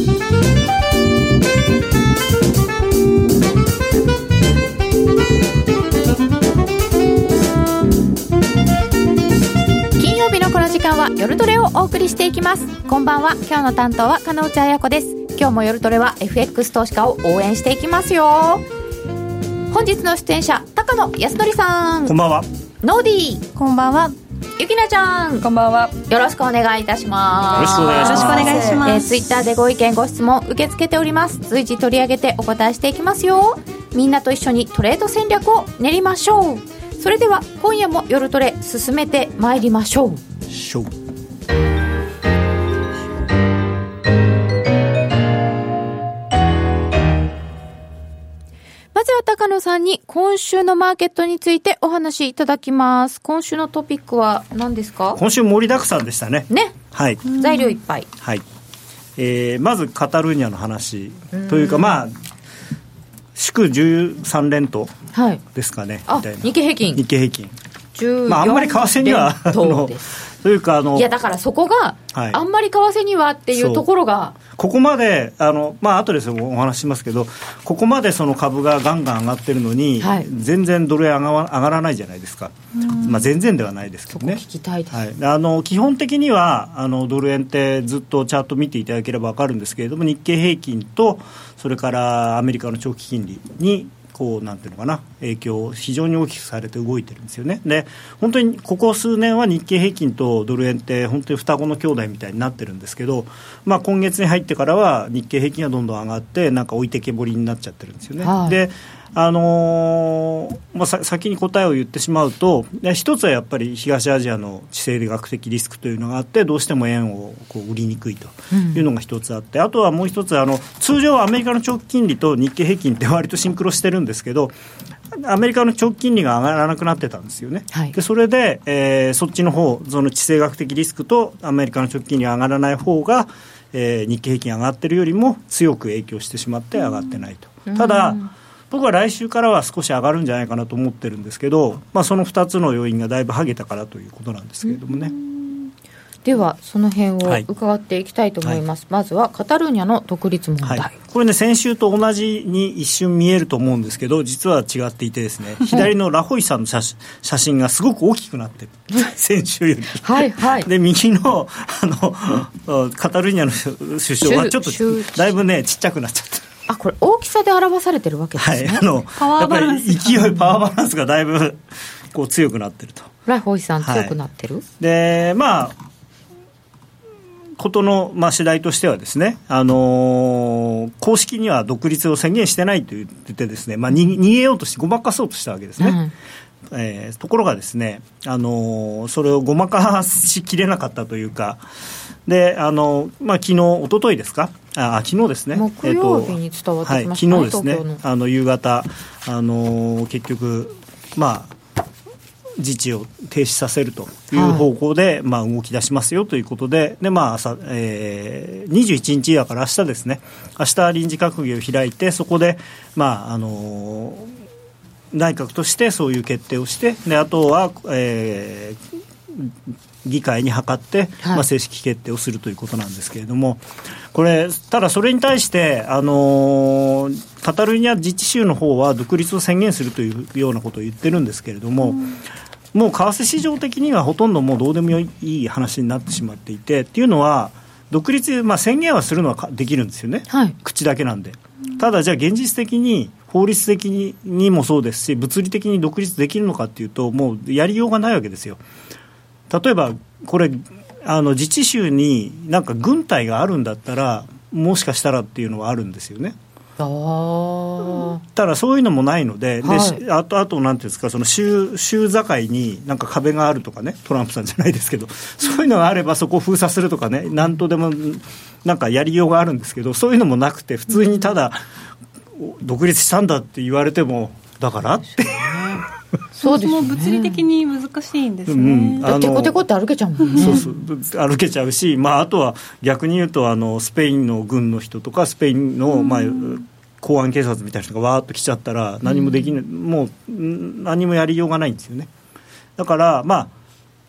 金曜日のこの時間は夜トレをお送りしていきます。こんばんは。今日の担当は金内彩子です。今日も夜トレは FX 投資家を応援していきますよ。本日の出演者、高野康則さん、 こんばんは。 ノーディー、こんばんは。ゆきなちゃん、 こんばんは。 よろしくお願いいたします。 よろしくお願いします。 ツイッターでご意見ご質問受け付けております。随時取り上げてお答えしていきますよ。みんなと一緒にトレード戦略を練りましょう。それでは今夜も夜トレ進めてまいりましょう。まずは高野さんに今週のマーケットについてお話しいただきます。今週のトピックは何ですか？ 今週盛りだくさんでしたね。はい、 材料いっぱい。 はい。まずカタルーニャの話というか、まあ祝13連投ですかね、みたいな。 日経平均14 まあ、あんまり為替にはというかいやだからそこが、はい、あんまり為替にはっていうところがここまでまあ後でお話ししますけど、ここまでその株がガンガン上がってるのに、はい、全然ドル円上がらないじゃないですか。まあ、全然ではないですけどね。 そこ聞きたいです。 はい、基本的にはドル円ってずっとチャート見ていただければ分かるんですけれども、日経平均とそれからアメリカの長期金利にこうなんていうのかな、影響を非常に大きくされて動いてるんですよね。で本当にここ数年は日経平均とドル円って本当に双子の兄弟みたいになってるんですけど、まあ、今月に入ってからは日経平均がどんどん上がってなんか置いてけぼりになっちゃってるんですよね。はい、でまあ、先に答えを言ってしまうと、一つはやっぱり東アジアの地政学的リスクというのがあって、どうしても円をこう売りにくいというのが一つあって、あとはもう一つ通常アメリカの長期金利と日経平均って割とシンクロしてるんですけど、アメリカの長期金利が上がらなくなってたんですよね。はい、でそれで、そっちの方、その地政学的リスクとアメリカの長期金利が上がらない方が、日経平均上がってるよりも強く影響してしまって上がってないと。ただ僕は来週からは少し上がるんじゃないかなと思ってるんですけど、まあ、その2つの要因がだいぶ剥げたからということなんですけれどもね。 ではその辺を伺っていきたいと思います。はい、まずはカタルーニャの独立問題。はい、これね、先週と同じに一瞬見えると思うんですけど、実は違っていてですね、左のラホイさんの写真がすごく大きくなってる先週よりはい、はい、で右のカタルーニャの首相はちょっとだいぶねちっちゃくなっちゃってる。 これ大きさで表されてるわけですね。 はい、パワーバランス、パワーバランスがだいぶこう強くなってると。 ラホイさん強くなってる。はい、 でまあことの、まあ、次第としてはですね、公式には独立を宣言してないと言ってですね、まあ、逃げようとしてごまかそうとしたわけですね。ところがですね、それをごまかしきれなかったというかで、まあ、昨日一昨日ですか、昨日ですね、 木曜日に伝わってきましたね。 はい、昨日ですね、夕方結局まあ自治を停止させるという方向で、まあ、動き出しますよということで、まあ21日だから明日ですね、明日臨時閣議を開いて、そこで、まあ内閣としてそういう決定をして、であとは、議会に諮って、まあ、正式決定をするということなんですけれども、これただそれに対して、カタルーニャ自治州の方は独立を宣言するというようなことを言ってるんですけれども、もう為替市場的にはほとんどもうどうでもいい話になってしまっていて、っていうのは独立、まあ、宣言はするのはできるんですよね、はい、口だけなんで。ただじゃあ現実的に法律的にもそうですし、物理的に独立できるのかっていうと、もうやりようがないわけですよ。例えばこれ自治州になんか軍隊があるんだったらもしかしたらっていうのはあるんですよね。ただそういうのもないので、はい、あとなんていうんですか、その州境になんか壁があるとかね、トランプさんじゃないですけど、そういうのがあればそこを封鎖するとかね、なんとでもなんかやりようがあるんですけど、そういうのもなくて、普通にただ独立したんだって言われてもだからってそうですね、物理的に難しいんですね。 テコテコって歩けちゃうもんね。 そう歩けちゃうし、まあ、あとは逆に言うとスペインの軍の人とかスペインの、まあ、公安警察みたいな人がわーっと来ちゃったら何もできない、もう何もやりようがないんですよね。だからまあ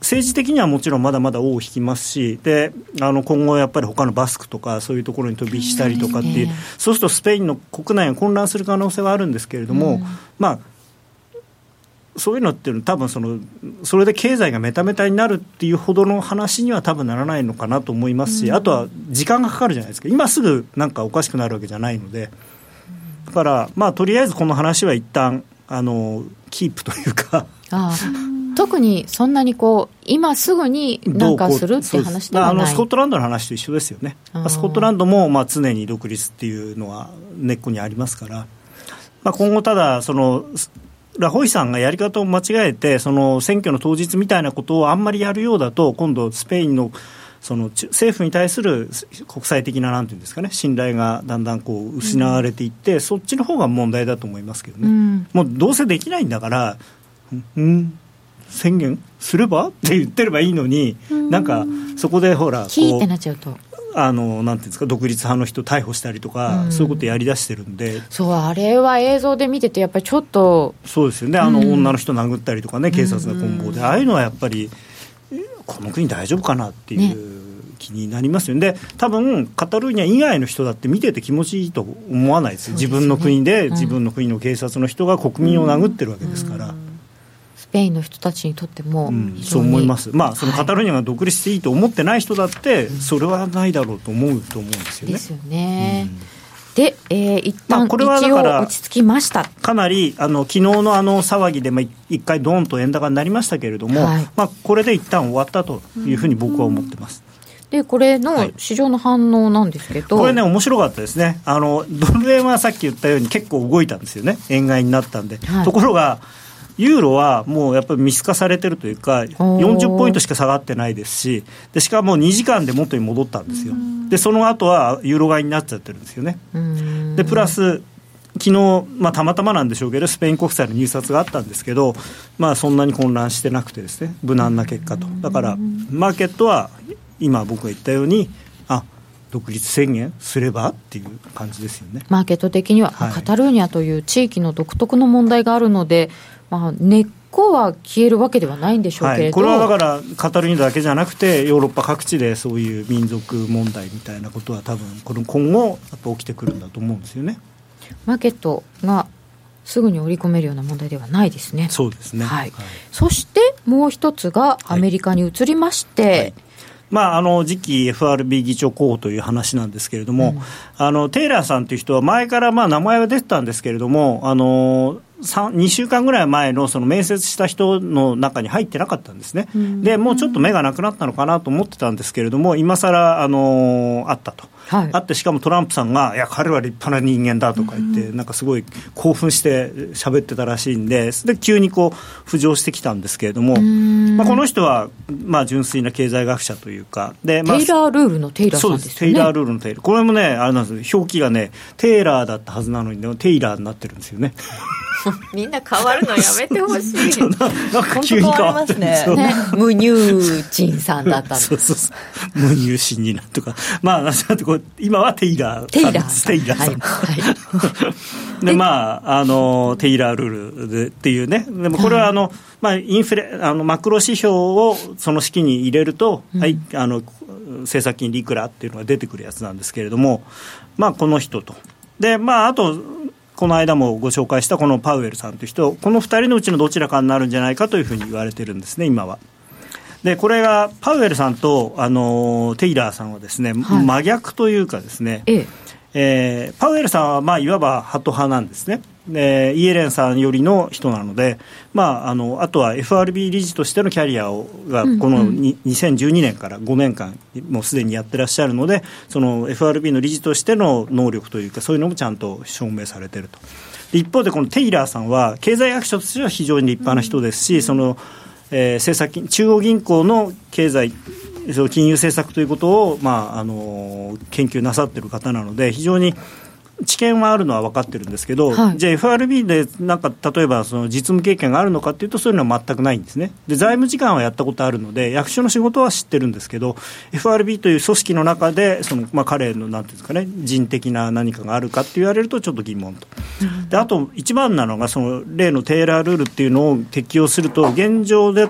政治的にはもちろんまだまだ尾を引きますし、で今後やっぱり他のバスクとかそういうところに飛び火したりとかっていう、そうするとスペインの国内が混乱する可能性はあるんですけれども、まあそういうのっていうのは多分それで経済がメタメタになるっていうほどの話には多分ならないのかなと思いますし、あとは時間がかかるじゃないですか。今すぐなんかおかしくなるわけじゃないので、だからまあとりあえずこの話は一旦キープというか特にそんなに今すぐに何かするっていう話ではない。 スコットランドの話と一緒ですよね。スコットランドもまあ常に独立っていうのは根っこにありますから、まあ、今後ただラホイさんがやり方を間違えて選挙の当日みたいなことをあんまりやるようだと、今度スペインの政府に対する国際的ななんていうんですかね、信頼がだんだん失われていって、そっちの方が問題だと思いますけどね、もうどうせできないんだから宣言すればって言ってればいいのに、なんかそこでほらキーってなっちゃうとなんていうんですか、独立派の人逮捕したりとか、そういうことやりだしてるんで、 そうあれは映像で見ててやっぱりちょっとそうですよね。女の人殴ったりとかね、警察が棍棒で、ああいうのはやっぱりこの国大丈夫かなっていう気になりますよね。で多分カタルーニャ以外の人だって見てて気持ちいいと思わないですよ。自分の国で、自分の国の警察の人が国民を殴ってるわけですから、 スペインの人たちにとってもそう思います。まあそのカタルーニャが独立していいと思ってない人だって、それはないだろうと思うんですよね。 ですよね。で、一旦これはだから落ち着きました。 かなり昨日の騒ぎで一回ドーンと円高になりましたけれども、これで一旦終わったというふうに僕は思ってます。 でこれの市場の反応なんですけど、 これね面白かったですね。ドル円はさっき言ったように結構動いたんですよね、円買いになったんで、ところがユーロはもうやっぱり見透かされてるというか、40ポイントしか下がってないですし、でしかも2時間で元に戻ったんですよ。でその後はユーロ買いになっちゃってるんですよね。でプラス昨日、たまたまなんでしょうけどスペイン国債の入札があったんですけど、そんなに混乱してなくてですね、無難な結果と。だからマーケットは今僕が言ったように独立宣言すればっていう感じですよね。 マーケット的には、カタルーニャという地域の独特の問題があるので、根っこは消えるわけではないんでしょうけれど、 これはだからカタルーニャだけじゃなくてヨーロッパ各地でそういう民族問題みたいなことは多分今後やっぱ起きてくるんだと思うんですよね。 マーケットがすぐに織り込めるような問題ではないですね。 そうですね、 そしてもう一つがアメリカに移りまして、 次期 FRB 議長候補という話なんですけれども、テイラーさんという人は前から名前は出てたんですけれども、2週間ぐらい前のその面接した人の中に入ってなかったんですね。でもうちょっと目がなくなったのかなと思ってたんですけれども、今更あったと、あって、しかもトランプさんがいや彼は立派な人間だとか言って、なんかすごい興奮して喋ってたらしいんで、で急に浮上してきたんですけれども、この人は純粋な経済学者というかで、 テイラールールのテイラーさんですよね。そうです、 テイラールールのテイラー、これもねあれなんです、表記がねテイラーだったはずなのに、ね、テイラーになってるんですよね。 みんな変わるのやめてほしい。 なんか急に変わってね。 ムニューチンさんだったんです。 ムニューシンになとか、今はテイラーさんです。テイラーさん。でテイラールールでっていうね。でもこれはインフレマクロ指標をその式に入れると、政策金利いくらっていうのが出てくるやつなんですけれども、この人とであとこの間もご紹介したこのパウエルさんという人、この2人のうちのどちらかになるんじゃないかというふうに言われてるんですね、今は。でこれがパウエルさんとテイラーさんはですね、真逆というかですね、パウエルさんはいわばハト派なんですね。イエレンさんよりの人なので、あとは FRB 理事としてのキャリアがこの2012年から5年間もうすでにやってらっしゃるので、その FRB の理事としての能力というかそういうのもちゃんと証明されていると。で一方でこのテイラーさんは経済学者としては非常に立派な人ですし、その政策中央銀行の経済金融政策ということを、研究なさっている方なので非常に知見はあるのは分かってるんですけど、じゃあ FRB でなんか例えばその実務経験があるのかというとそういうのは全くないんですね。で財務次官はやったことあるので役所の仕事は知ってるんですけど FRB という組織の中で彼のなんていうんですかね、人的な何かがあるかって言われるとちょっと疑問と。であと一番なのがその例のテイラールールっていうのを適用すると現状で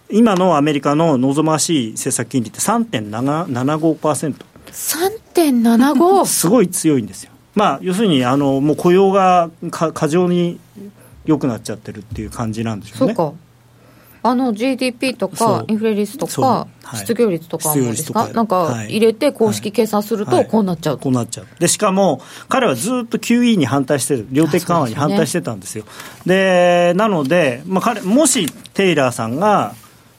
今のアメリカの望ましい政策金利って 3.75%。 3.75 すごい強いんですよ。要するにもう雇用が過剰に良くなっちゃってるっていう感じなんでしょうね。 そうか。GDP とかインフレ率とか失業率とかもですか、なんか入れて公式計算するとこうなっちゃう、 こうなっちゃう。でしかも彼はずっと QE に反対してる、量的緩和に反対してたんですよ。でなので、彼もしテイラーさんが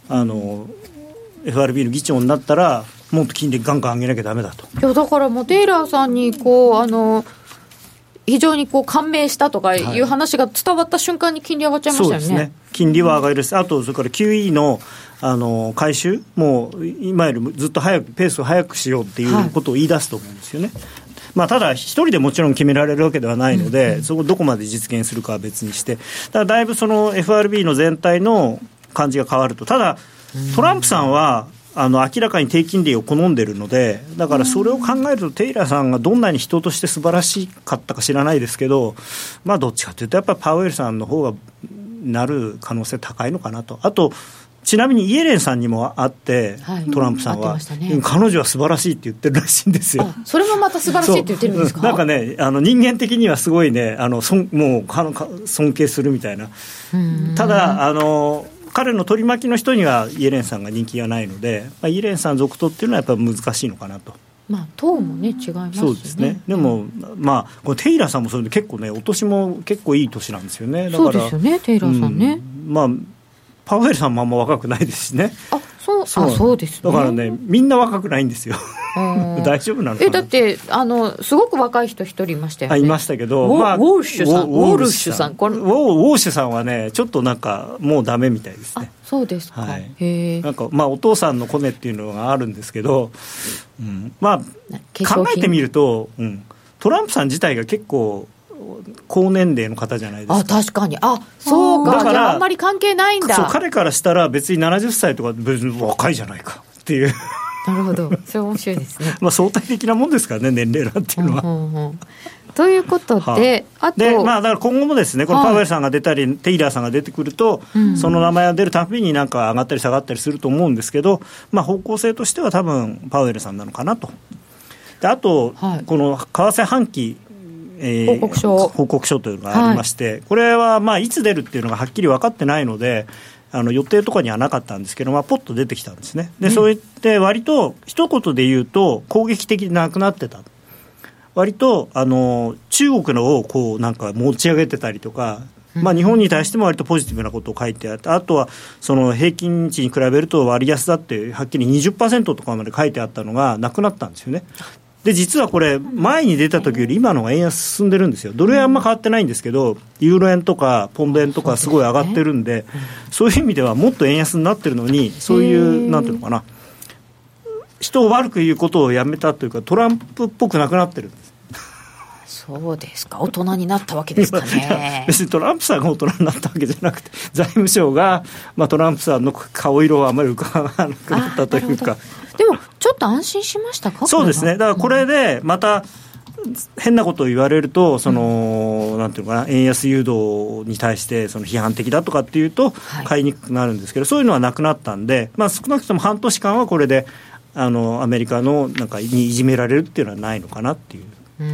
FRB の議長になったらもっと金利ガンガン上げなきゃダメだと。 いやだからもうテイラーさんに非常に感銘したとかいう話が伝わった瞬間に金利上がっちゃいましたよね。そうですね、 金利は上がりです。あとそれから QE の回収も今よりもずっと早くペースを早くしようっていうことを言い出すと思うんですよね。ただ一人でもちろん決められるわけではないので、そこどこまで実現するかは別にして、だいぶその FRB の全体の感じが変わると。ただトランプさんは明らかに低金利を好んでるので、だからそれを考えるとテイラーさんがどんなに人として素晴らしかったか知らないですけど、どっちかというとやっぱりパウエルさんの方がなる可能性高いのかなと。あとちなみにイエレンさんにも会って、トランプさんは、彼女は素晴らしいって言ってるらしいんですよ。 それもまた素晴らしいって言ってるんですか。 なんかね、人間的にはすごいね、もう尊敬するみたいな。ただ彼の取り巻きの人にはイエレンさんが人気がないので、イエレンさん続投っていうのはやっぱり難しいのかなと。 党もね違いますよね。 そうですね。でもこれテイラーさんもそれで結構ね、お年も結構いい年なんですよね。だからそうですよね、テイラーさんね。 パウエルさんもあんま若くないですしね。 そうですね。 だからね、みんな若くないんですよ。大丈夫なのかな。 だってすごく若い人一人いましたよね。 いましたけど、 ウォーシュさんウォーシュさんはね、ちょっとなんかもうダメみたいですね。 そうですか。 なんかお父さんのコネっていうのがあるんですけど、考えてみると、トランプさん自体が結構高年齢の方じゃないですか。 確かに。そうか。だからあんまり関係ないんだ。 そう、彼からしたら別に70歳とか別に若いじゃないかっていう。 なるほど。それ面白いですね。 相対的なもんですからね、年齢なんていうのは。 ということで、あとで、だから今後もですね、このパウエルさんが出たり、テイラーさんが出てくると、その名前が出るたびになんか上がったり下がったりすると思うんですけど、方向性としては多分パウエルさんなのかなと。であと、この為替半期報告書というのがありまして、これはいつ出るっていうのがはっきり分かってないので、予定とかにはなかったんですけど、ポッと出てきたんですね。でそういって割と一言で言うと攻撃的でなくなってた。割と中国のをなんか持ち上げてたりとか、日本に対しても割とポジティブなことを書いてあって、あとはその平均値に比べると割安だってはっきり 20% とかまで書いてあったのがなくなったんですよね。で実はこれ前に出た時より今の方が円安進んでるんですよ。ドル円あんま変わってないんですけど、ユーロ円とかポンド円とかすごい上がってるんで、そういう意味ではもっと円安になってるのに、そういうなんていうのかな、人を悪く言うことをやめたというか、トランプっぽくなくなってるんです。 そうですか。大人になったわけですかね。 別にトランプさんが大人になったわけじゃなくて、財務省が、トランプさんの顔色をあまり浮かばなくなったというか。 でもちょっと安心しましたか。 そうですね。だからこれでまた変なことを言われると、なんていうのかな、円安誘導に対して批判的だとかっていうと買いにくくなるんですけど、そういうのはなくなったんで、少なくとも半年間はこれでアメリカのなんかにいじめられるっていうのはないのかなっていう。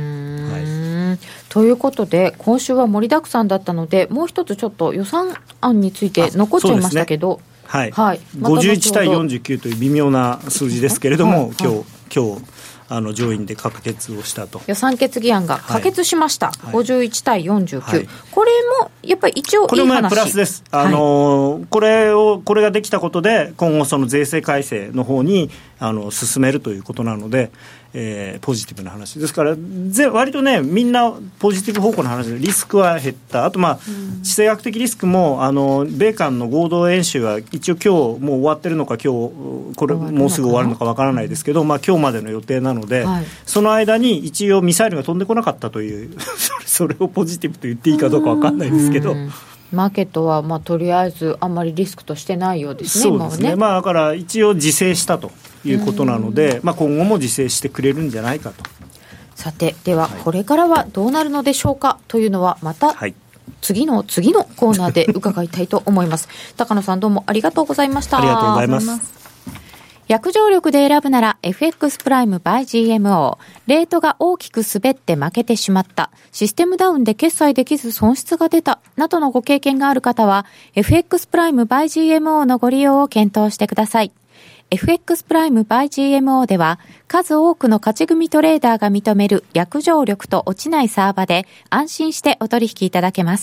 ということで今週は盛りだくさんだったので、もう一つちょっと予算案について残っちゃいましたけど、51対49という微妙な数字ですけれども、今日上院で可決をしたと。予算決議案が可決しました、51対49、これもやっぱり一応いい話。 これもプラスです、これができたことで今後その税制改正の方に進めるということなので、ポジティブな話ですから、割とねみんなポジティブ方向の話で、リスクは減った。あと地政学的リスクも米韓の合同演習は一応今日もう終わってるのか、今日これもうすぐ終わるのかわからないですけど、今日までの予定なので、その間に一応ミサイルが飛んでこなかったというそれをポジティブと言っていいかどうかわかんないですけど、 マーケットはとりあえずあんまりリスクとしてないようですね。 そうですね。だから一応自制したということなので、今後も自制してくれるんじゃないかと。 さて、ではこれからはどうなるのでしょうかというのはまた次のコーナーで伺いたいと思います高野さんどうもありがとうございました。 ありがとうございます。 約定力で選ぶなら FX プライム by GMO。レートが大きく滑って負けてしまった。システムダウンで決済できず損失が出た。などのご経験がある方は FX プライム by GMO のご利用を検討してください。FX プライム by GMO では数多くの勝ち組トレーダーが認める約定力と落ちないサーバで安心してお取引いただけます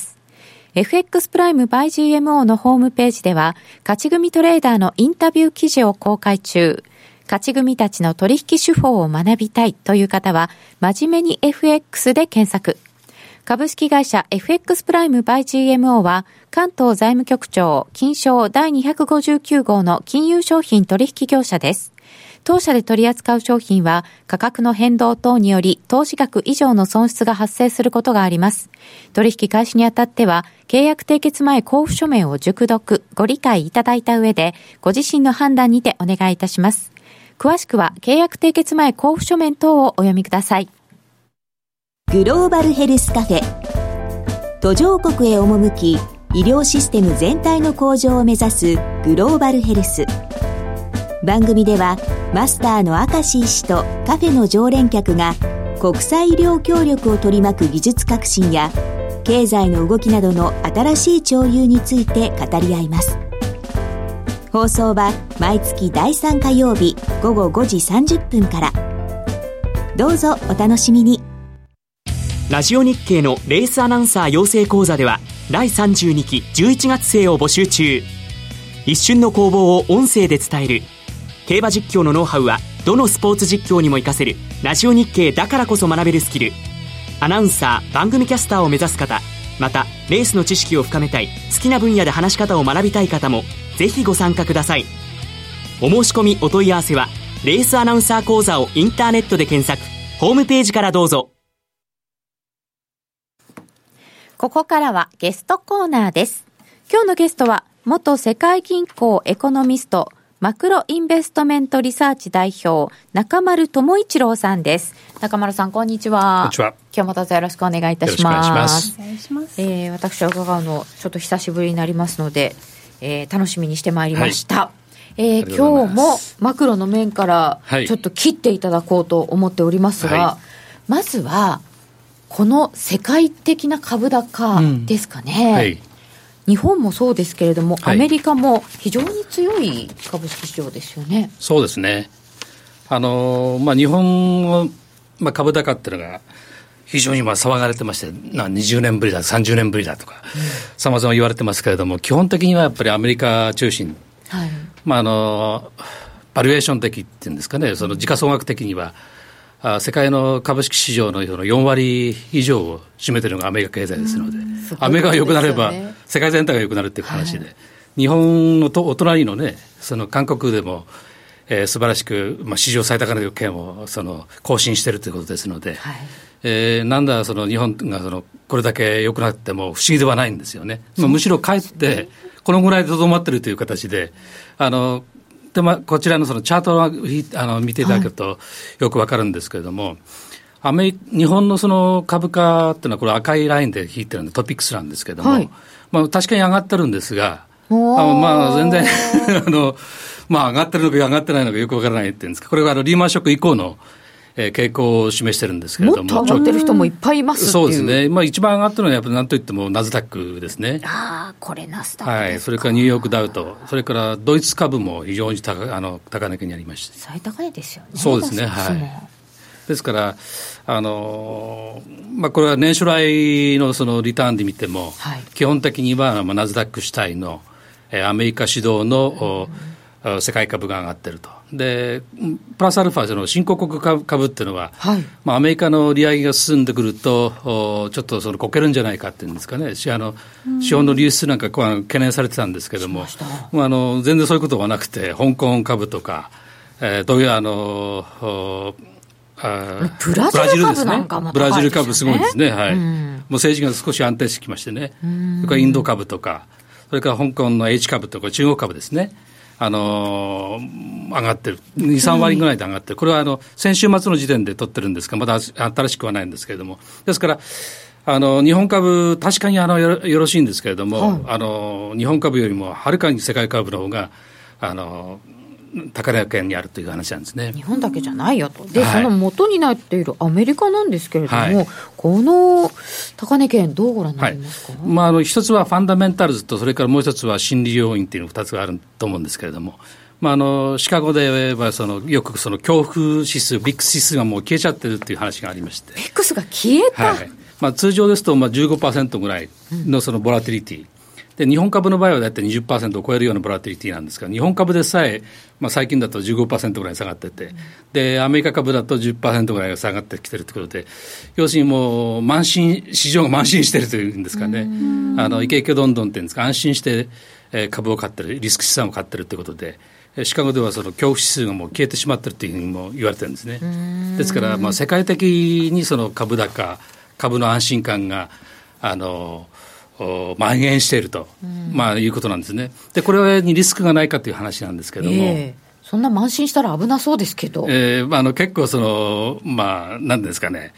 。FX プライム by GMO のホームページでは勝ち組トレーダーのインタビュー記事を公開中。勝ち組たちの取引手法を学びたいという方は真面目に FX で検索。株式会社 FX プライム by GMO は関東財務局長金商第259号の金融商品取引業者です。当社で取り扱う商品は価格の変動等により投資額以上の損失が発生することがあります。取引開始にあたっては契約締結前交付書面を熟読ご理解いただいた上でご自身の判断にてお願いいたします。詳しくは契約締結前交付書面等をお読みください。 グローバルヘルスカフェ。途上国へ赴き医療システム全体の向上を目指すグローバルヘルス。番組ではマスターの明石医師とカフェの常連客が国際医療協力を取り巻く技術革新や経済の動きなどの新しい潮流について語り合います。放送は毎月第3火曜日午後5時30分から。どうぞお楽しみに。 ラジオ日経のレースアナウンサー養成講座では第32期11月生を募集中。一瞬の攻防を音声で伝える競馬実況のノウハウはどのスポーツ実況にも活かせるラジオ日経だからこそ学べるスキル。アナウンサー番組キャスターを目指す方、またレースの知識を深めたい好きな分野で話し方を学びたい方もぜひご参加ください。お申し込みお問い合わせはレースアナウンサー講座をインターネットで検索、ホームページからどうぞ。 ここからはゲストコーナーです。今日のゲストは元世界銀行エコノミストマクロインベストメントリサーチ代表中丸智一郎さんです。中丸さんこんにちは。 こんにちは。 今日もどうぞよろしくお願いいたします。 お願いします。 私は伺うのちょっと久しぶりになりますので、楽しみにしてまいりました。今日もマクロの面からちょっと切っていただこうと思っておりますが、まずはこの世界的な株高ですかね。日本もそうですけれども、アメリカも非常に強い株式市場ですよね。 そうですね。日本の、株高っていうのが非常に騒がれてまして、20年ぶりだ30年ぶりだとか様々言われてますけれども、基本的にはやっぱりアメリカ中心、バリエーション的っていうんですかね、その時価総額的には世界の株式市場の4割以上を占めているのがアメリカ経済ですので、アメリカが良くなれば世界全体が良くなるっていう話で、日本のお隣のね、その韓国でも、素晴らしく、史上最高値圏を更新しているということですので、なんだその日本がこれだけ良くなっても不思議ではないんですよね。むしろかえってこのぐらいでとどまっているという形で、こちらのそのチャートを見ていただけるとよくわかるんですけれども、日本のその株価っていうのはこれ赤いラインで引いてるんでトピックスなんですけれども、確かに上がってるんですが、全然上がってるのか上がってないのかよくわからないっていうんですか、これはリーマンショック以降の傾向を示してるんですけれども、 もっと上がってる人もいっぱいいますっていう。 そうですね。一番上がってるのはやっぱり何といってもナスダックですね。 これナスダックですか。 それからニューヨークダウと、それからドイツ株も非常に高値にありまして、 最高値ですよね。 そうですね。ですからこれは年初来のそのリターンで見ても、基本的にはナスダック主体のアメリカ主導の世界株が上がってると。でプラスアルファその新興国株っていうのは、アメリカの利上げが進んでくるとちょっとこけるんじゃないかっていうんですかね、資本の流出なんか懸念されてたんですけども、全然そういうことはなくて、香港株とか、どういうブラジル株なんかも高いですよね。 ブラジル株すごいですね。もう政治が少し安定してきましてね。それからインド株とか、それから香港の H 株とか中国株ですね。上がってる 2,3 割ぐらいで上がってる。これは先週末の時点で取ってるんですが、まだ新しくはないんですけれども、ですから日本株、確かによろしいんですけれども、日本株よりもはるかに世界株の方が高値圏にあるという話なんですね。 日本だけじゃないよと。で、その元になっているアメリカなんですけれども、この高値圏どうご覧になりますか？ 一つはファンダメンタルズと、それからもう一つは心理要因というの2つがあると思うんですけれども、シカゴではよくその恐怖指数、ビックス指数がもう消えちゃってるっていう話がありまして、 ビックスが消えた、 通常ですと15% ぐらいのそのボラティリティ、で日本株の場合はだいたい 20% を超えるようなボラティリティなんですが、日本株でさえ、最近だと 15% ぐらい下がってて、でアメリカ株だと 10% ぐらいが下がってきてるということで、要するにもう市場が慢心してるというんですかね、イケイケどんどんっていうんですか、安心して、株を買ってる、リスク資産を買ってるということで、シカゴではその恐怖指数がもう消えてしまってるというふうにも言われてるんですね。ですから世界的にその株高、株の安心感が蔓延していると、いうことなんですね。でこれにリスクがないかという話なんですけども、 そんな慢心したら危なそうですけど、 結構何ですかね、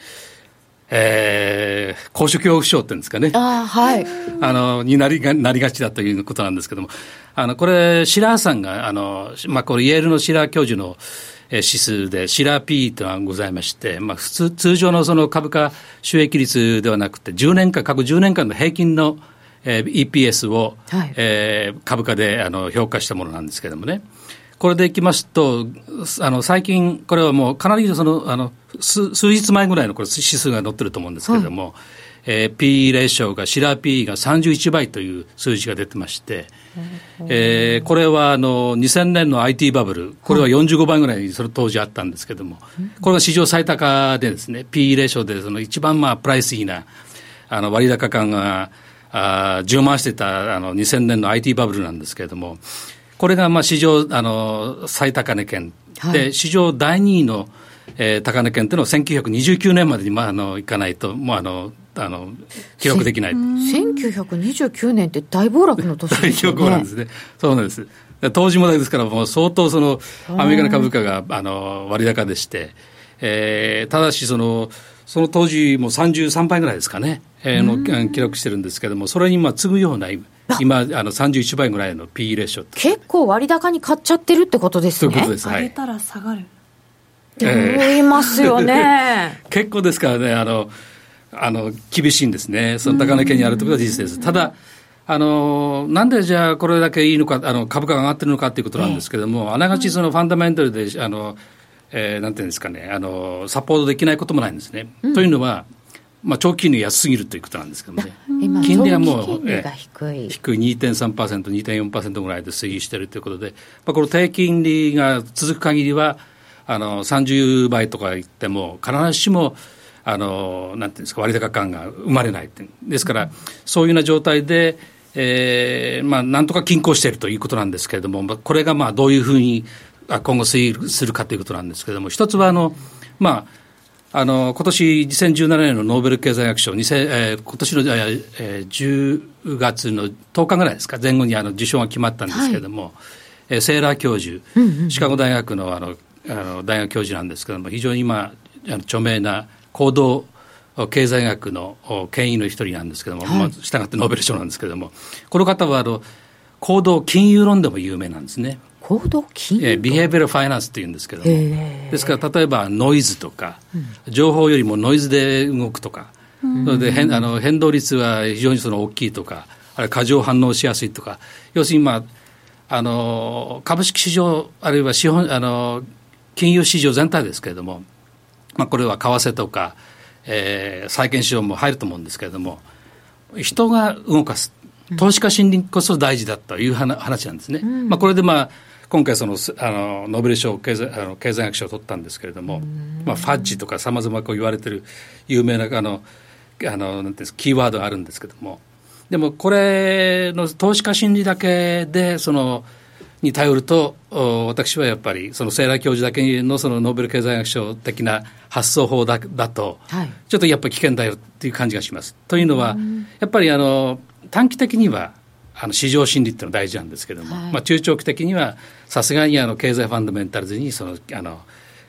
高所恐怖症っていうんですかね、になりがちだということなんですけども、これシラーさんがこれイェールのシラー教授の指数でシラー P というのがございまして、通常のその株価収益率ではなくて過去10年間の平均の、EPS を、株価で評価したものなんですけどもね、これでいきますと最近これはもうかなり数日前ぐらいのこれ指数が載ってると思うんですけれども、P レーションがシラー P が31倍という数字が出てまして、これは2000年の IT バブル、これは45倍ぐらいそれ当時あったんですけども、これが史上最高でですね、 P レーションでその一番プライスいいな割高感が充満してた2000年の IT バブルなんですけれども、これが史上最高値圏で、史上第2位の、高値圏というのは1929年までにいかないともう記録できない。 1929年って大暴落の年ですよね。大暴落なんですね。 そうなんです。当時もですからもう相当アメリカの株価が割高でして、ただしその当時も33倍ぐらいですかね、記録してるんですけども、それに次ぐような今31倍ぐらいの P レーション、 結構割高に買っちゃってるってことですね。 そういうことです。 上げたら下がる、 って思いますよね。 結構ですからね、厳しいんですね。その高値圏にあるということは事実です。ただなんでじゃあこれだけいいのか、株価が上がってるのかということなんですけども、あながちそのファンダメンタルでなんていうんですかね、サポートできないこともないんですね。というのは長期金利安すぎるということなんですけどね。金利はもう低い 2.3%、2.4% ぐらいで推移しているということで、この低金利が続く限りは30倍とか言っても必ずしもなんていうんですか、割高感が生まれないですから、そういうような状態で、なんとか均衡しているということなんですけれども、これがどういうふうに今後推移するかということなんですけれども、一つは今年2017年のノーベル経済学賞、今年の10月の10日ぐらいですか、前後に受賞が決まったんですけれども、セーラー教授、シカゴ大学の大学教授なんですけれども、非常に今著名な行動経済学の権威の一人なんですけれども、したがってノーベル賞なんですけれども、この方は行動金融論でも有名なんですね。 行動金融ビヘイビアルファイナンスっていうんですけども、ですから例えばノイズとか、情報よりもノイズで動くとか、それで変動率は非常に大きいとか、あれ過剰反応しやすいとか、要するに株式市場あるいは金融市場全体ですけれども、これは為替とか、債券市場も入ると思うんですけれども、人が動かす投資家心理こそ大事だという話なんですね。これで今回ノーベル賞経済学賞を取ったんですけれども、ファッジとかさまざま言われている有名ななんていうんですか、キーワードがあるんですけども、でもこれの投資家心理だけでに頼ると、私はやっぱりセーラー教授だけのノーベル経済学賞的な発想法だと、ちょっとやっぱり危険だよっていう感じがします。というのはやっぱり短期的には市場心理っていうのは大事なんですけども、中長期的にはさすがに経済ファンダメンタルズに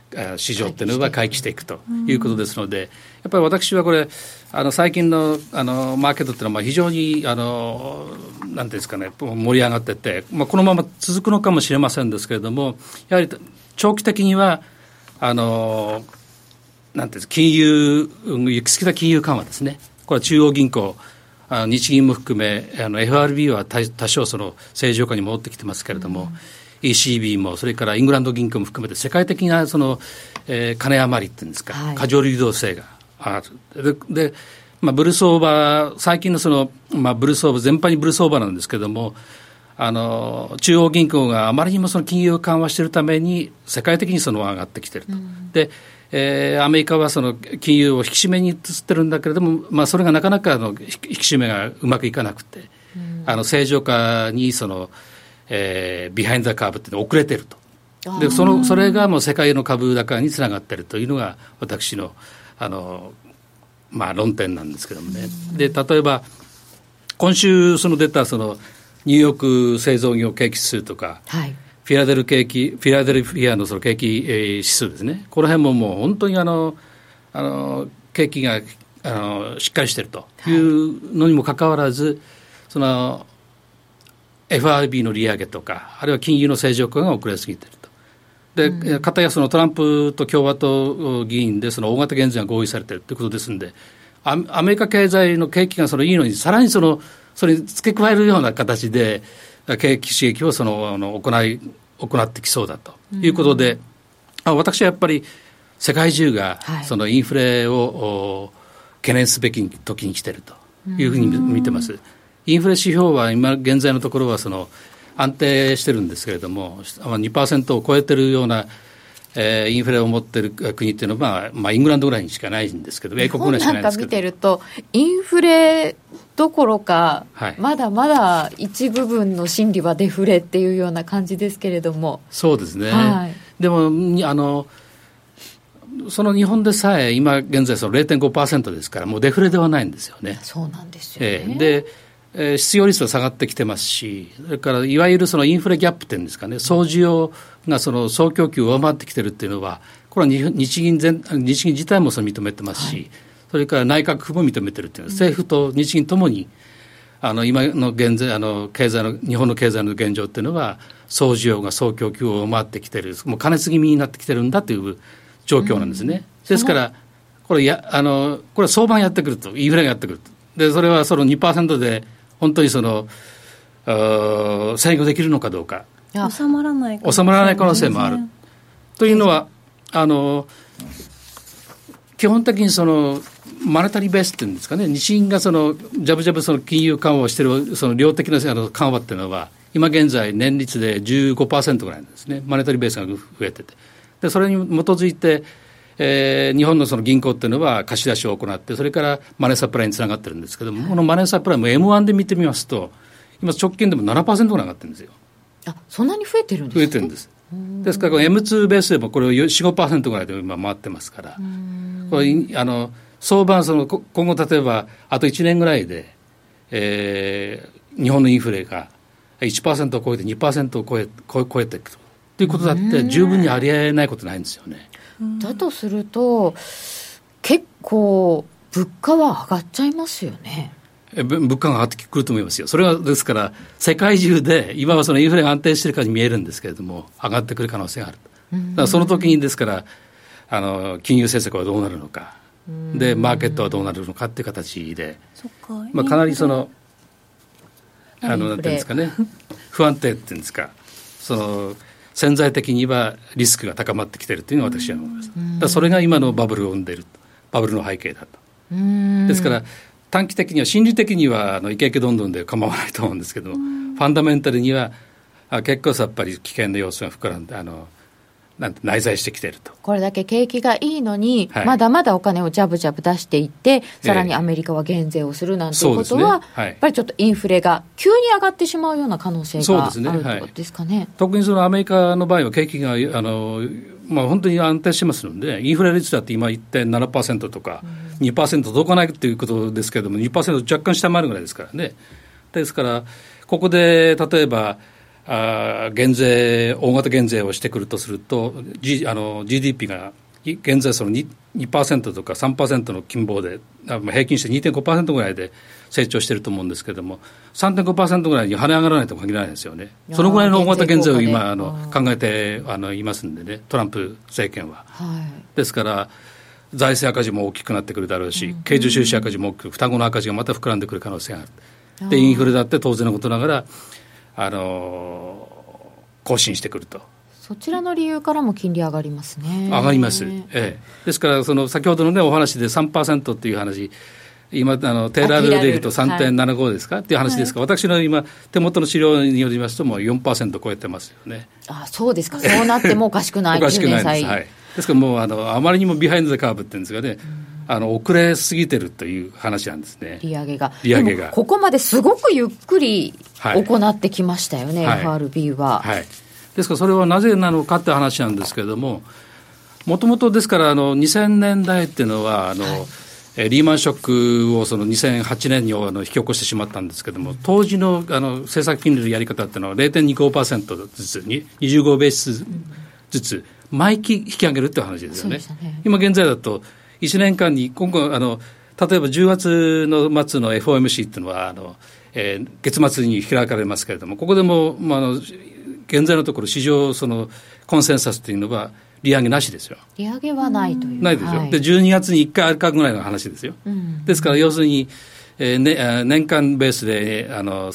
市場っていうのは回帰していくということですので、やっぱり私はこれ最近のマーケットっていうのは非常になんていうんですかね、盛り上がってて、このまま続くのかもしれませんですけれども、やはり長期的にはなんていうんですか、金融行き過ぎた金融緩和ですね。これは中央銀行日銀も含めFRB は多少その正常化に戻ってきてますけれども、ECB もそれからイングランド銀行も含めて世界的なその、金余りっていうんですか、過剰流動性がある。で、ブル相場最近のその、ブル相場全般にブル相場なんですけれども、中央銀行があまりにもその金融緩和しているために世界的にその上がってきていると。でアメリカはその金融を引き締めに移ってるんだけれども、それがなかなか引き締めがうまくいかなくて、正常化にそのビハインド・ザ・カーブっていうのが遅れていると。でそれがもう世界の株高につながっているというのが私の論点なんですけどもね。で例えば今週その出たそのニューヨーク製造業景気指数とか、フィラデルフィアのその景気指数ですね。この辺ももう本当に景気がしっかりしているというのにもかかわらず、そのFRB の利上げとかあるいは金融の正常化が遅れすぎていると。で片やそのトランプと共和党議員でその大型減税が合意されているということですので、アメリカ経済の景気がそのいいのにさらにそれに付け加えるような形で景気刺激を行ってきそうだということで、私はやっぱり世界中がそのインフレを懸念すべき時に来ているというふうに見てます。インフレ指標は今現在のところはその安定してるんですけれども、2% を超えてるような、インフレを持っている国っていうのは、イングランドぐらいにしかないんですけど、英国ぐらいしかないんですけど、 日本なんか見てるとインフレどころか、まだまだ一部分の心理はデフレっていうような感じですけれども。 そうですね、でもその日本でさえ今現在その 0.5% ですから、もうデフレではないんですよね。 そうなんですよね。 で失業率は下がってきてますし、それからいわゆるそのインフレギャップっていうんですかね、総需要がその総供給を上回ってきてるっていうのは、これは日銀自体もそれ認めてますし、それから内閣府も認めてるっていうのは、政府と日銀ともに今の現在日本の経済の現状っていうのは、総需要が総供給を上回ってきてる、もう過熱気味になってきてるんだという状況なんですね。ですからこれは相場がやってくると、インフレがやってくると。でそれはその 2% で本当にその制御できるのかどうか、 収まらない可能性もあるというのは、基本的にそのマネタリーベースっていうんですかね、日銀がそのジャブジャブその金融緩和をしているその量的な緩和っていうのは今現在年率で 15% ぐらいなんですね。マネタリーベースが増えてて、でそれに基づいて日本のその銀行っていうのは貸し出しを行って、それからマネーサプライにつながってるんですけども、このマネーサプライも M1 で見てみますと、今直近でも 7% ぐらい上がってるんですよ。 そんなに増えてるんですか。 増えてるんです。ですから M2 ベースでもこれを 4,5% ぐらいで今回ってますから、これ相場は今後例えばあと1年ぐらいで、日本のインフレが 1% を超えて 2% を超えていくということだって十分にありえないことないんですよね。 だとすると結構物価は上がっちゃいますよね。 物価が上がってくると思いますよ。それはですから世界中で今はそのインフレが安定しているかに見えるんですけれども、上がってくる可能性がある。だからその時にですから金融政策はどうなるのかで、マーケットはどうなるのかっていう形で、かなりそのなんていうんですかね、不安定っていうんですか、潜在的にはリスクが高まってきているというのは私は思います。だからそれが今のバブルを生んでいる、バブルの背景だと。ですから短期的には心理的にはイケイケどんどんで構わないと思うんですけども、ファンダメンタルには結構さっぱり危険な要素が膨らんで内在してきていると。 これだけ景気がいいのに、まだまだお金をジャブジャブ出していって、さらにアメリカは減税をするなんていうことは、やっぱりちょっとインフレが急に上がってしまうような可能性があるということですかね。 特にそのアメリカの場合は景気が本当に安定してますので、インフレ率だって今 1.7% とか 2% 届かないということですけれども、 2% 若干下回るぐらいですからね。ですからここで例えば減税、大型減税をしてくるとすると、GDP が現在その 2% とか 3% の均衡で平均して 2.5% ぐらいで成長していると思うんですけれども 3.5% ぐらいに跳ね上がらないと限らないですよね。そのぐらいの大型減税を今考えていますんでね、トランプ政権は、ですから財政赤字も大きくなってくるだろうし、経常収支赤字も大きく、双子の赤字がまた膨らんでくる可能性がある。でインフレだって当然のことながら更新してくると。 そちらの理由からも金利上がりますね。 上がります、ですから先ほどの、ね、お話で 3% っていう話、今テーラールでいうと 3.75 ですか、っていう話ですが、私の今手元の資料によりますともう 4% 超えてますよね。 そうですか。そうなってもおかしくないおかしくないです、ですからもうあまりにもビハインド・ザ・カーブっていうんですかね、遅れすぎてるという話なんですね。 利上げがでもここまですごくゆっくり行ってきましたよね、FRB は。 ですからそれはなぜなのかって話なんですけれども、もともとですから2000年代っていうのはリーマンショックをその2008年に引き起こしてしまったんですけれども、当時の政策金利のやり方っていうのは 0.25% ずつに25ベースずつ毎期引き上げるっていう話ですよね。今現在だと1年間に今後例えば10月の末の FOMC っていうのは月末に開かれますけれども、ここでも、現在のところ市場コンセンサスというのは利上げなしですよ。 利上げはないという。 ないですよ、で12月に1回あるかぐらいの話ですよ、ですから要するに、年間ベースで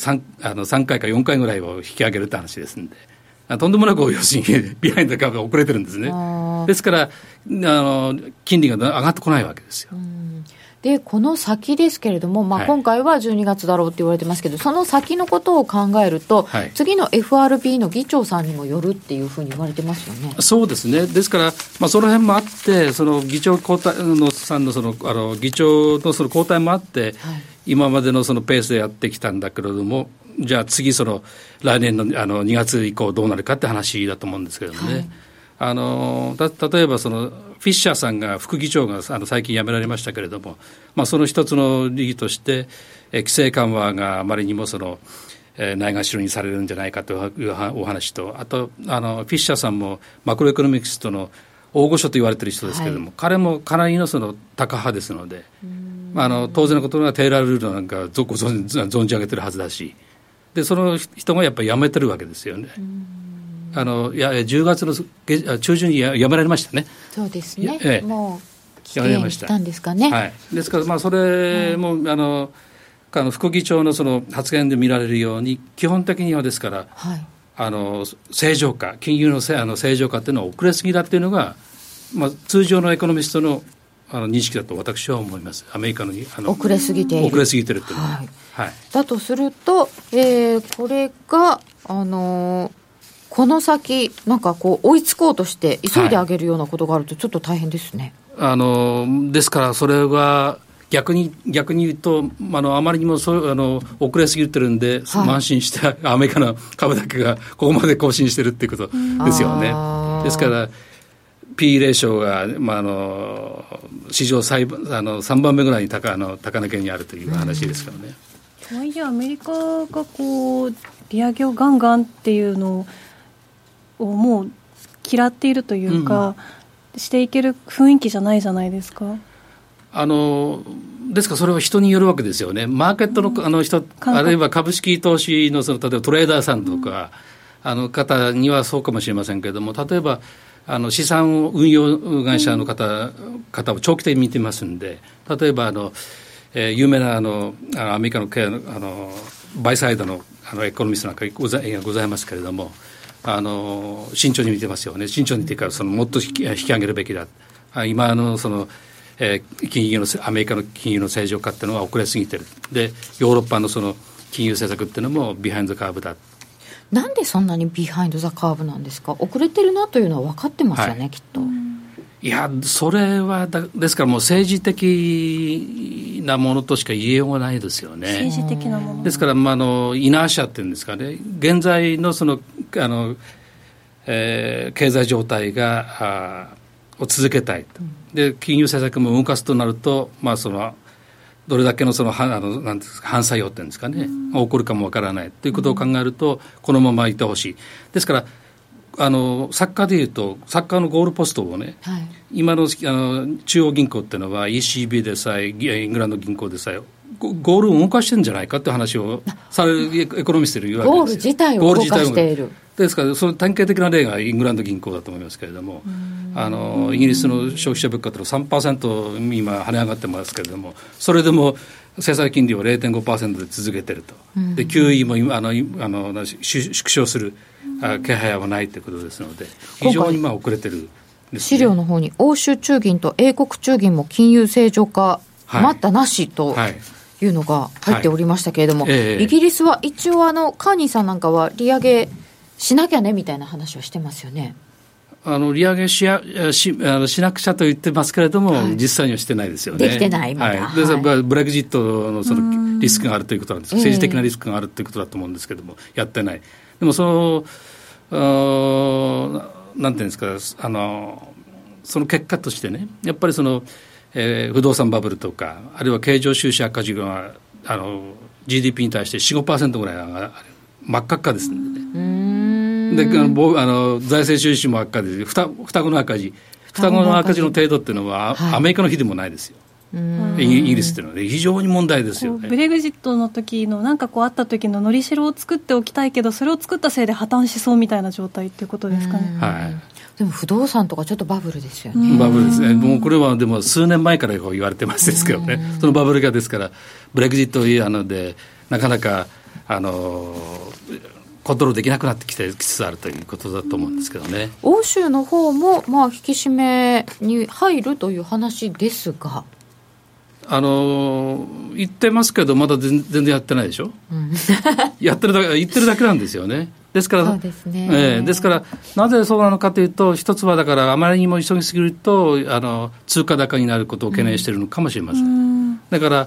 3回か4回ぐらいを引き上げるって話ですんで、とんでもなく要するにビハインド株が遅れてるんですね。ですから金利が上がってこないわけですよ。 でこの先ですけれども、今回は12月だろうって言われてますけど、その先のことを考えると、次の FRB の議長さんにもよるっていうふうに言われてますよね。 そうですね。ですから、その辺もあってその議長交代のさんの議長のその交代もあって、今までのそのペースでやってきたんだけれども、じゃあ次来年の2月以降どうなるかって話だと思うんですけどもね、例えばフィッシャーさんが副議長が最近辞められましたけれども、その一つの理由として規制緩和があまりにもないがしろにされるんじゃないかというお話と、あとフィッシャーさんもマクロエコノミクスとの大御所と言われている人ですけれども、彼もかなりのタカ派ですので、当然のことがテイラールールなんか存じ上げてるはずだし、でその人がやっぱり辞めてるわけですよね。10月の中旬に辞められましたね。 そうですね、もう期限したんですかね。 ですからそれも、副議長の発言で見られるように、基本的にはですから、正常化、金融の正常化というのは遅れすぎだっていうのが、通常のエコノミストの認識だと私は思います。アメリカの遅れすぎているっていうのは、 だとすると、これがこの先なんか追いつこうとして急いで上げるようなことがあるとちょっと大変ですね。 ですからそれは逆に言うとあまりにも遅れすぎてるんで、慢心してアメリカの株だけがここまで更新してるっていうことですよね。ですから P レーションが、史上3番目ぐらいに高値圏にあるという話ですからね。 とはいえアメリカが利上げをガンガンっていうのをもう嫌っているというか、していける雰囲気じゃないじゃないですか。 ですからそれは人によるわけですよね。マーケットの人、あるいは株式投資の例えばトレーダーさんとか、方にはそうかもしれませんけれども、例えば資産運用会社の方を長期的に見てますんで、例えば有名なアメリカのバイサイドのエコノミストなんかございますけれども、慎重に見てますよね。慎重にというかもっと引き上げるべきだ。今アメリカの金融の正常化っていうのは遅れすぎてる。でヨーロッパの金融政策っていうのもビハインドカーブだ。 なんでそんなにビハインドザカーブなんですか。遅れてるなというのは分かってますよね、きっと。 いやそれはですからもう政治的なものとしか言えようがないですよね。 政治的なものですから、イナーシャっていうんですかね、現在の経済状態を続けたい、で金融政策も動かすとなると、どどれだけのそのなんですか、反作用っていうんですかね、起こるかもわからないということを考えると、このままいてほしい。ですからサッカーでいうとサッカーのゴールポストをね、はい、今の中央銀行っていうのは ECB でさえイングランド銀行でさえゴールを動かしてるんじゃないかって話をされるエコノミストで言うわけですよ。 ゴール自体を動かしている。 ですからその典型的な例がイングランド銀行だと思いますけれども、イギリスの消費者物価というのは 3% 今跳ね上がってますけれども、それでも政策金利を 0.5% で続けていると、で QE も縮小する気配はないということですので、非常に遅れてるんですね。 資料の方に欧州中銀と英国中銀も金融正常化、待ったなしというのが入っておりましたけれども、イギリスは一応カーニーさんなんかは利上げしなきゃねみたいな話をしてますよね。 利上げしなくちゃと言ってますけれども、実際にはしてないですよね。 できてないまだ、 でブレグジットのそのリスクがあるということなんです、政治的なリスクがあるということだと思うんですけれども、やってない。でもなんていうんですか、その結果としてね、やっぱり不動産バブルとか、あるいは経常収支赤字がGDP に対して 4,5% ぐらい真っ赤っかですのでね。で財政収支も悪化で双子の赤字の程度っていうのは、アメリカの比でもないですよ。イギリスっていうのは、ね、非常に問題ですよね。 ブレグジットの時のなんかあった時ののりしろを作っておきたいけど、それを作ったせいで破綻しそうみたいな状態っていうことですかね。 はい、 でも不動産とかちょっとバブルですよね。 バブルですね。もうこれはでも数年前から言われてますですけどね、そのバブルがですからブレグジットでなかなかコントロールできなくなってきつつあるということだと思うんですけどね。 欧州の方も引き締めに入るという話ですが、 言ってますけどまだ全然やってないでしょ、言ってるだけなんですよね。ですからそうですね、 ですからなぜそうなのかというと、一つはだからあまりにも急ぎすぎると通貨高になることを懸念しているのかもしれません。だから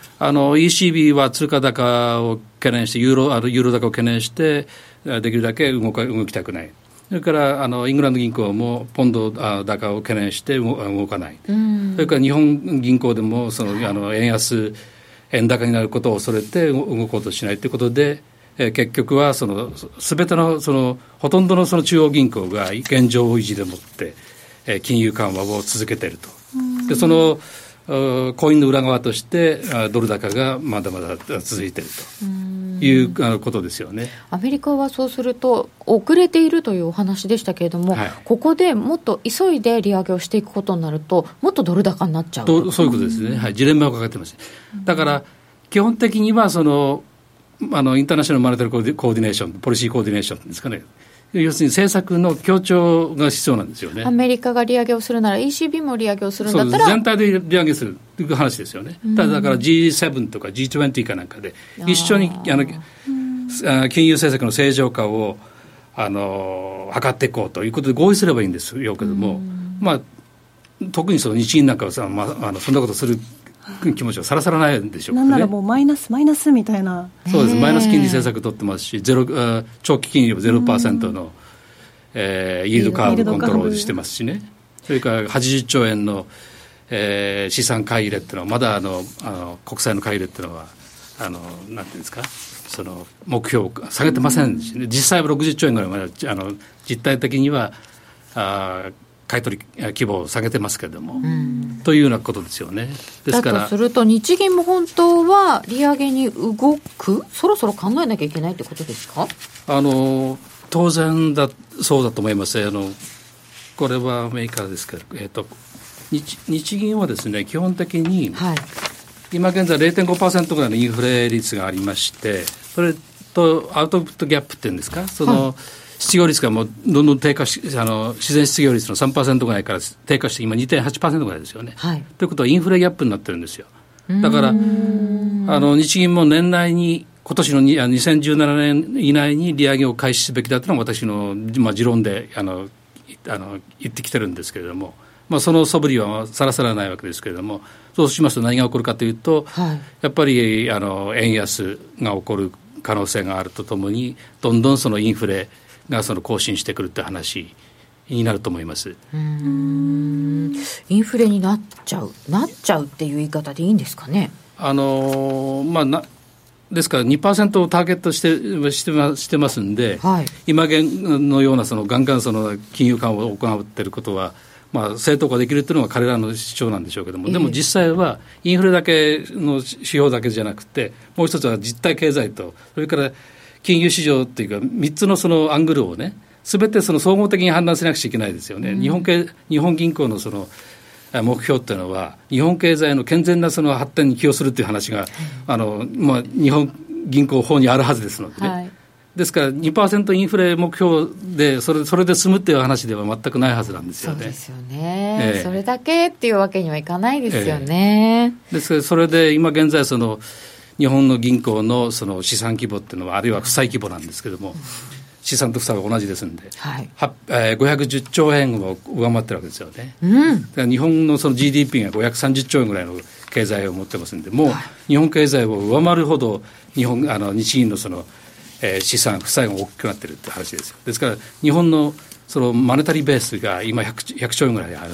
ECB は通貨高を懸念してユーロ高を懸念してできるだけ動きたくない。それからイングランド銀行もポンド高を懸念して動かない。それから日本銀行でも円安円高になることを恐れて動こうとしないということで、結局は全てのほとんどの中央銀行が現状維持でもって金融緩和を続けていると。でコインの裏側としてドル高がまだまだ続いているということですよね。 アメリカはそうすると遅れているというお話でしたけれども、ここでもっと急いで利上げをしていくことになるともっとドル高になっちゃうと。 そういうことですね、ジレンマを抱えています。だから基本的にはインターナショナルマネタリーコーディネーション、ポリシーコーディネーションですかね、要するに政策の協調が必要なんですよね。 アメリカが利上げをするなら ECB も利上げをするんだったら全体で利上げするという話ですよね。だから G7 とか G20 かなんかで一緒に金融政策の正常化を図っていこうということで合意すればいいんですよけども、特に日銀なんかはそんなことする気持ちはさらさらないんでしょうかね。 なんならもうマイナスみたいな。 そうです。マイナス金利政策取ってますし、長期金利を 0% の、イールドカーブコントロールしてますしね。それから80兆円の、資産買い入れっていうのはまだ国債の買い入れっていうのはなんていうんですか、目標を下げてませんしね。実際は60兆円ぐらいまで実態的には買い取り規模を下げてますけれども、というようなことですよね。ですからだとすると日銀も本当は利上げに動く、そろそろ考えなきゃいけないってことですか。 当然そうだと思います。これはアメリカですけど、日銀はですね、基本的に、今現在 0.5% ぐらいのインフレ率がありまして、それとアウトプットギャップっていうんですか、失業率がもうどんどん低下し、自然失業率の 3% ぐらいから低下して今 2.8% ぐらいですよね、ということはインフレギャップになってるんですよ。だから日銀も年内に今年の2017年以内に利上げを開始すべきだというのは私の、持論で言ってきてるんですけれども、その素振りはさらさらないわけですけれども、そうしますと何が起こるかというと、やっぱり円安が起こる可能性があるとともに、どんどんそのインフレが更新してくるという話になると思います。 インフレになっちゃうっていう言い方でいいんですかね。 ですから 2% をターゲットしてますんで、はい、今のようなガンガン金融緩和を行っていることは、正当化できるというのが彼らの主張なんでしょうけども、でも実際はインフレだけの指標だけじゃなくて、もう一つは実体経済と、それから金融市場っていうか3つのアングルをね、すべて総合的に判断しなくちゃいけないですよね。日本銀行の目標っていうのは、日本経済の健全な発展に寄与するという話が、日本銀行法にあるはずですのでね、はい、ですから 2% インフレ目標でそれで済むっていう話では全くないはずなんですよね。 そうですよね、それだけっていうわけにはいかないですよね、 ですからそれで今現在日本の銀行の資産規模っていうのは、あるいは負債規模なんですけども、資産と負債は同じですんで、はい、510兆円を上回ってるわけですよね、だから日本のGDP が530兆円ぐらいの経済を持ってますんで、もう日本経済を上回るほど日銀の資産負債が大きくなってるって話ですよ。ですから日本のマネタリーベースが今 100兆円ぐらい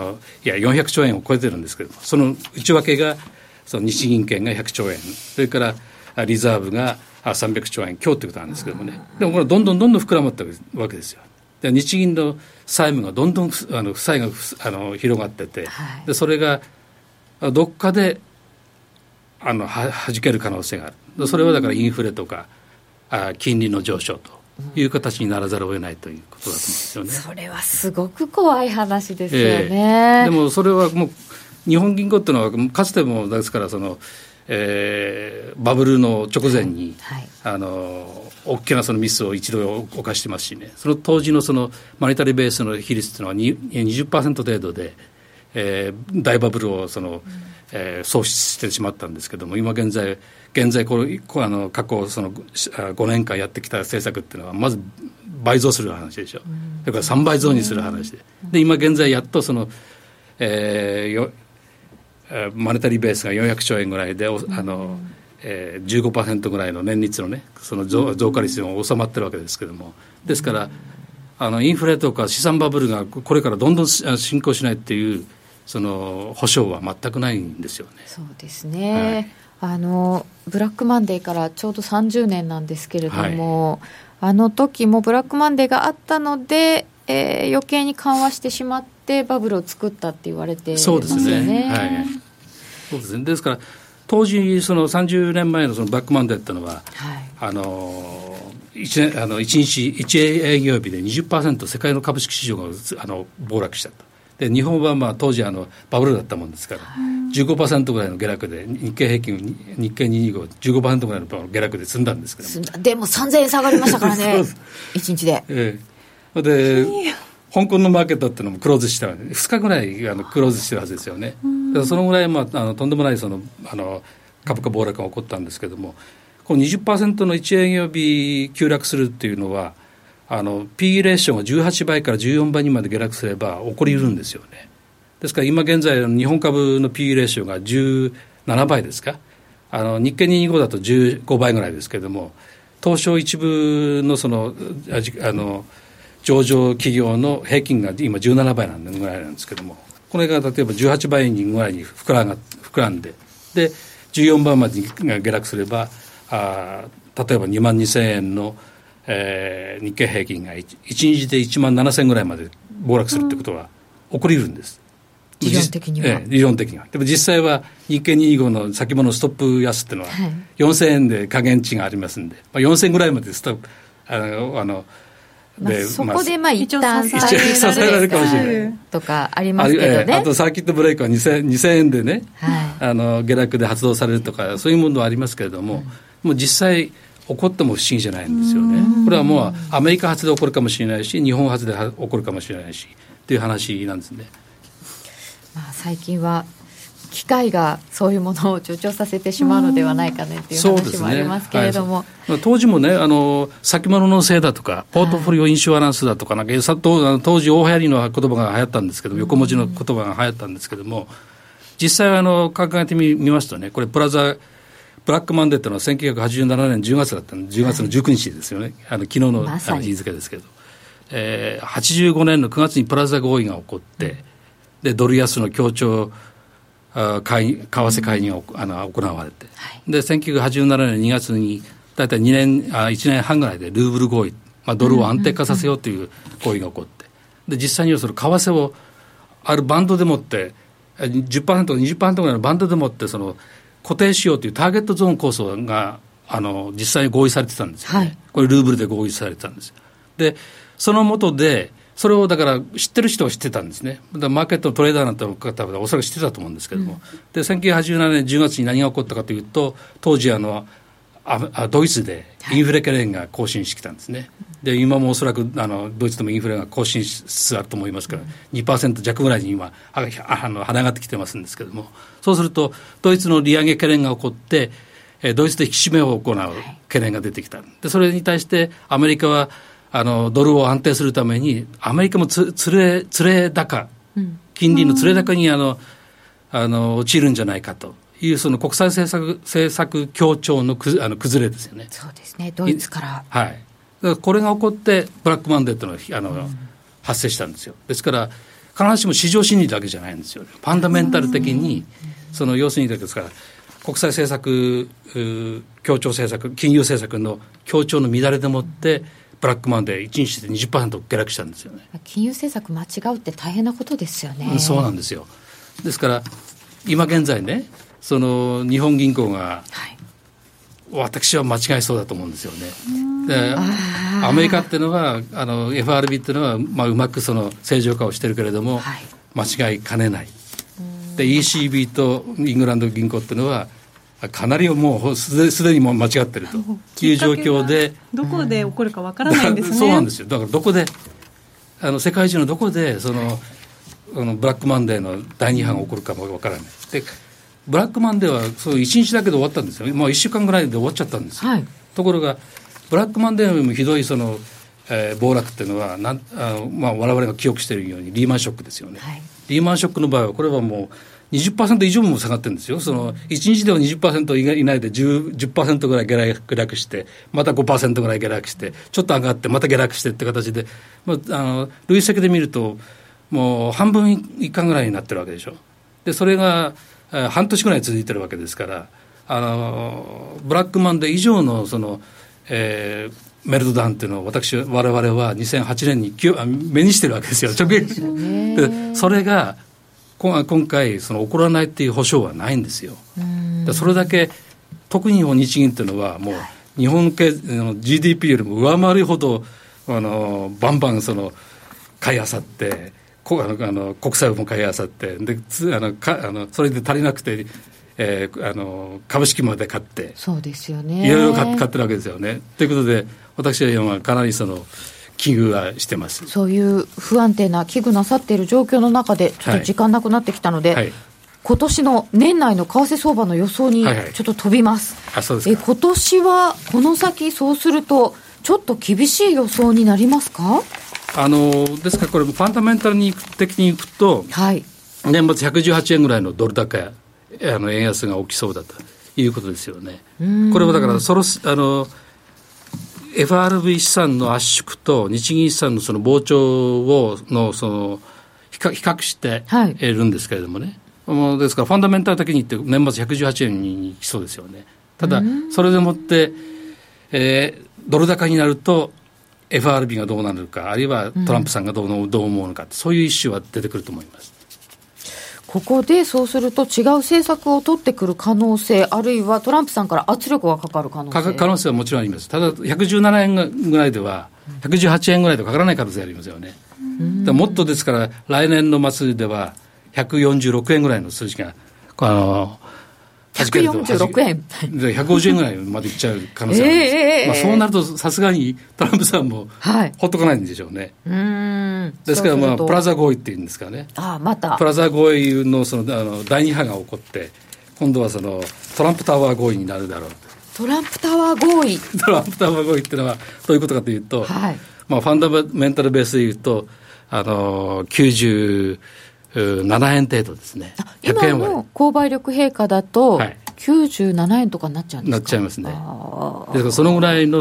400兆円を超えてるんですけども、その内訳が日銀券が100兆円、それからリザーブが300兆円強ということなんですけどもね、でもこれどんどん膨らまったわけですよ。で日銀の債務がどんどん負債が広がってて、でそれがどっかで弾ける可能性がある。それはだからインフレとか金利の上昇という形にならざるを得ないということだと思うんですよね。 それはすごく怖い話ですよね、 でもそれはもう日本銀行っていうのはかつてもですからバブルの直前に、大きなミスを一度犯してますしね、その当時のマネタリーベースの比率というのは 20% 程度で、大バブルを喪失してしまったんですけども、今現在過去5年間やってきた政策っていうのはまず倍増する話でしょ、だから3倍増にする話で、今現在やっとマネタリーベースが400兆円ぐらいで15% ぐらいの年率のね増加率が収まってるわけですけども、ですからインフレとか資産バブルがこれからどんどん進行しないっていう保証は全くないんですよね。 そうですね、ブラックマンデーからちょうど30年なんですけれども、あの時もブラックマンデーがあったので、余計に緩和してしまってバブルを作ったって言われてますよね。 そうですね、そうですね。ですから当時30年前のブラックマンデーっていうのは、1営業日で 20% 世界の株式市場が暴落したと。で日本は当時バブルだったもんですから、15% ぐらいの下落で日経225 15% ぐらいの下落で済んだんですけども、 でも3000円下がりましたからね1日で、 で香港のマーケットっていうのもクローズした2日ぐらいクローズしてるはずですよね。だからそのぐらい、とんでもない株価暴落が起こったんですけども、この 20% の1営業日急落するっていうのはPE レーションが18倍から14倍にまで下落すれば起こりうるんですよね。ですから今現在日本株の PE レーションが17倍ですか、日経225だと15倍ぐらいですけれども、東証一部の上場企業の平均が今17倍ぐらいなんですけども、これが例えば18倍ぐらいに膨らんで、で14倍まで下落すれば例えば2万2000円の日経平均が1日で1万7000ぐらいまで暴落するってことは起こりうるんです、 理論的には。 理論的には。でも実際は日経225の先物ストップ安っていうのは4000円で下限値がありますんで、4000ぐらいまでストップそこで一旦支えられるかもしれないとかありますけどね。 あとサーキットブレークは2000円でね、下落で発動されるとかそういうものはありますけれども、もう実際起こっても不思議じゃないんですよね。これはもうアメリカ発で起こるかもしれないし、日本発で起こるかもしれないしっていう話なんですね。 最近は機械がそういうものを助長させてしまうのではないかねっていう話もありますけれども、 当時もね先物のせいだとかポートフォリオインシュアランスだとか、当時大流行りの言葉が流行ったんですけど、横文字の言葉が流行ったんですけども、実際考えてみますとね、これブラックマンデーっていうのは1987年10月だったの、10月の19日ですよね、昨日の日付ですけど、85年の9月にプラザ合意が起こって、でドル安の協調為替介入が行われて、で1987年2月にだいたい1年半ぐらいでルーブル合意、ドルを安定化させようという合意が起こって、で実際にはその為替をあるバンドでもって 10% か 20% ぐらいのバンドでもってその固定しようというターゲットゾーン構想が実際に合意されてたんですよね、これルーブルで合意されてたんですよ。でその下でそれをだから知ってる人は知ってたんですね。だからマーケットのトレーダーなんての方はおそらく知ってたと思うんですけども、で1987年10月に何が起こったかというと、当時ドイツでインフレ懸念が更新してきたんですね。で今もおそらくドイツでもインフレが更新しつつあると思いますから、2% 弱ぐらいに今跳ね上がってきてますんですけども、そうするとドイツの利上げ懸念が起こってドイツで引き締めを行う懸念が出てきた。でそれに対してアメリカはドルを安定するためにアメリカもつれ高、金利のつれ高に陥るんじゃないかというその国際政策協調の崩れですよね。 そうですね、ドイツから。 はい。だからこれが起こってブラックマンデーというのが発生したんですよ。ですから必ずしも市場心理だけじゃないんですよ。ファンダメンタル的にその要するにですから国際政策協調政策金融政策の協調の乱れでもってブラックマンデー1日で 20% 下落したんですよね。 金融政策間違うって大変なことですよね。 そうなんですよ。ですから今現在ね、その日本銀行が、私は間違いそうだと思うんですよね。でアメリカっていうのはFRB っていうのは、うまくその正常化をしてるけれども、間違いかねない。で ECB とイングランド銀行っていうのはかなりもうすでにもう間違ってるという状況で、 どこで起こるかわからないんですね。 そうなんですよ。だからどこで世界中のどこでブラックマンデーの第2波が起こるかもわからない。でブラックマンデーはそう1日だけで終わったんですよ。1週間ぐらいで終わっちゃったんですよ、ところがブラックマンデーよりもひどい暴落っていうのは我々が記憶しているようにリーマンショックですよね、リーマンショックの場合はこれはもう 20% 以上も下がってるんですよ。その1日では 20% 以内で 10% ぐらい下落してまた 5% ぐらい下落してちょっと上がってまた下落してって形で、累積で見るともう半分以下ぐらいになってるわけでしょ。でそれが半年ぐらい続いてるわけですから、ブラックマンデー以上のメルトダウンっていうのを我々は2008年に目にしてるわけですよ。直撃でそれが今回起こらないっていう保証はないんですよ。でそれだけ特に日銀っていうのはもう日本の GDP よりも上回るほどバンバン買いあさって国債も買いあさってでそれで足りなくて、株式まで買ってそうですよね、 いろいろ買ってるわけですよね。ということで私は今かなり危惧はしてます。 そういう不安定な危惧なさっている状況の中でちょっと時間なくなってきたので、今年の年内の為替相場の予想にちょっと飛びます、 そうですか。 今年はこの先そうするとちょっと厳しい予想になりますか？ ですからこれファンダメンタル的にいくと、年末118円ぐらいのドル高や円安が起きそうだということですよね。これはだからFRB 資産の圧縮と日銀資産の膨張を比較しているんですけれどもね、ですからファンダメンタル的に言って年末118円に行きそうですよね。ただそれでもって、ドル高になるとFRB がどうなるか、あるいはトランプさんがどう思うのか、そういうイシューは出てくると思います。 ここでそうすると違う政策を取ってくる可能性、あるいはトランプさんから圧力がかかる可能性はもちろんあります。ただ117円ぐらいでは118円ぐらいでかからない可能性ありますよね。もっとですから来年の末では146円ぐらいの数字が 146円 150円ぐらいまでいっちゃう可能性があります、そうなるとさすがにトランプさんもほっとかないんでしょうね、ですからプラザ合意っていうんですかね、 またプラザ合意の第2波が起こって今度はトランプタワー合意になるだろう。 トランプタワー合意トランプタワー合意っていうのはどういうことかというと、ファンダメンタルベースでいうと97円程度ですね。 今の購買力陛下だと97円とかになっちゃうんですか？ なっちゃいますね。ですからそのぐらいの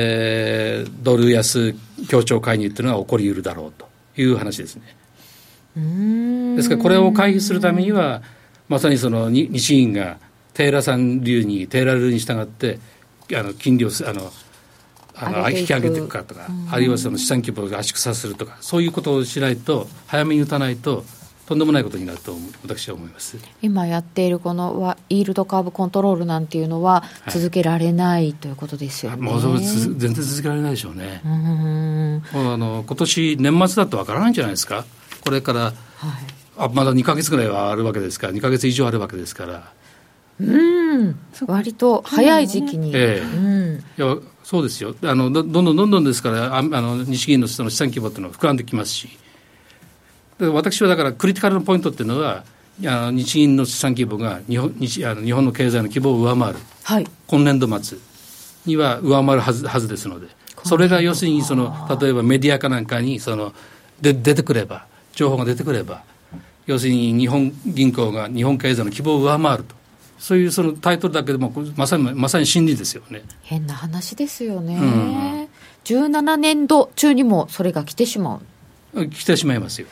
ドル安協調介入というのが起こり得るだろうという話ですね。 ですからこれを回避するためにはまさにその日銀がテイラー流に従って金利を引き上げていくかとか、あるいはその資産規模を圧縮させるとか、そういうことをしないと、早めに打たないととんでもないことになると私は思います。 今やっているこのイールドカーブコントロールなんていうのは続けられないということですよね。 もう全然続けられないでしょうね。今年年末だとわからないんじゃないですか。これから、まだ2ヶ月ぐらいはあるわけですから、2ヶ月以上あるわけですから、 割と早い時期に、 いやそうですよ。どんどんですから日銀のその資産規模っていうのは膨らんできますし、私はだからクリティカルなポイントっていうのは日銀の資産規模が日本の経済の規模を上回る、今年度末には上回るはずですので、それが要するに例えばメディアかなんかに出てくれば、情報が出てくれば、要するに日本銀行が日本経済の規模を上回ると、そういうそのタイトルだけでもまさに真理ですよね。 変な話ですよね、17年度中にもそれが来てしまいますよ。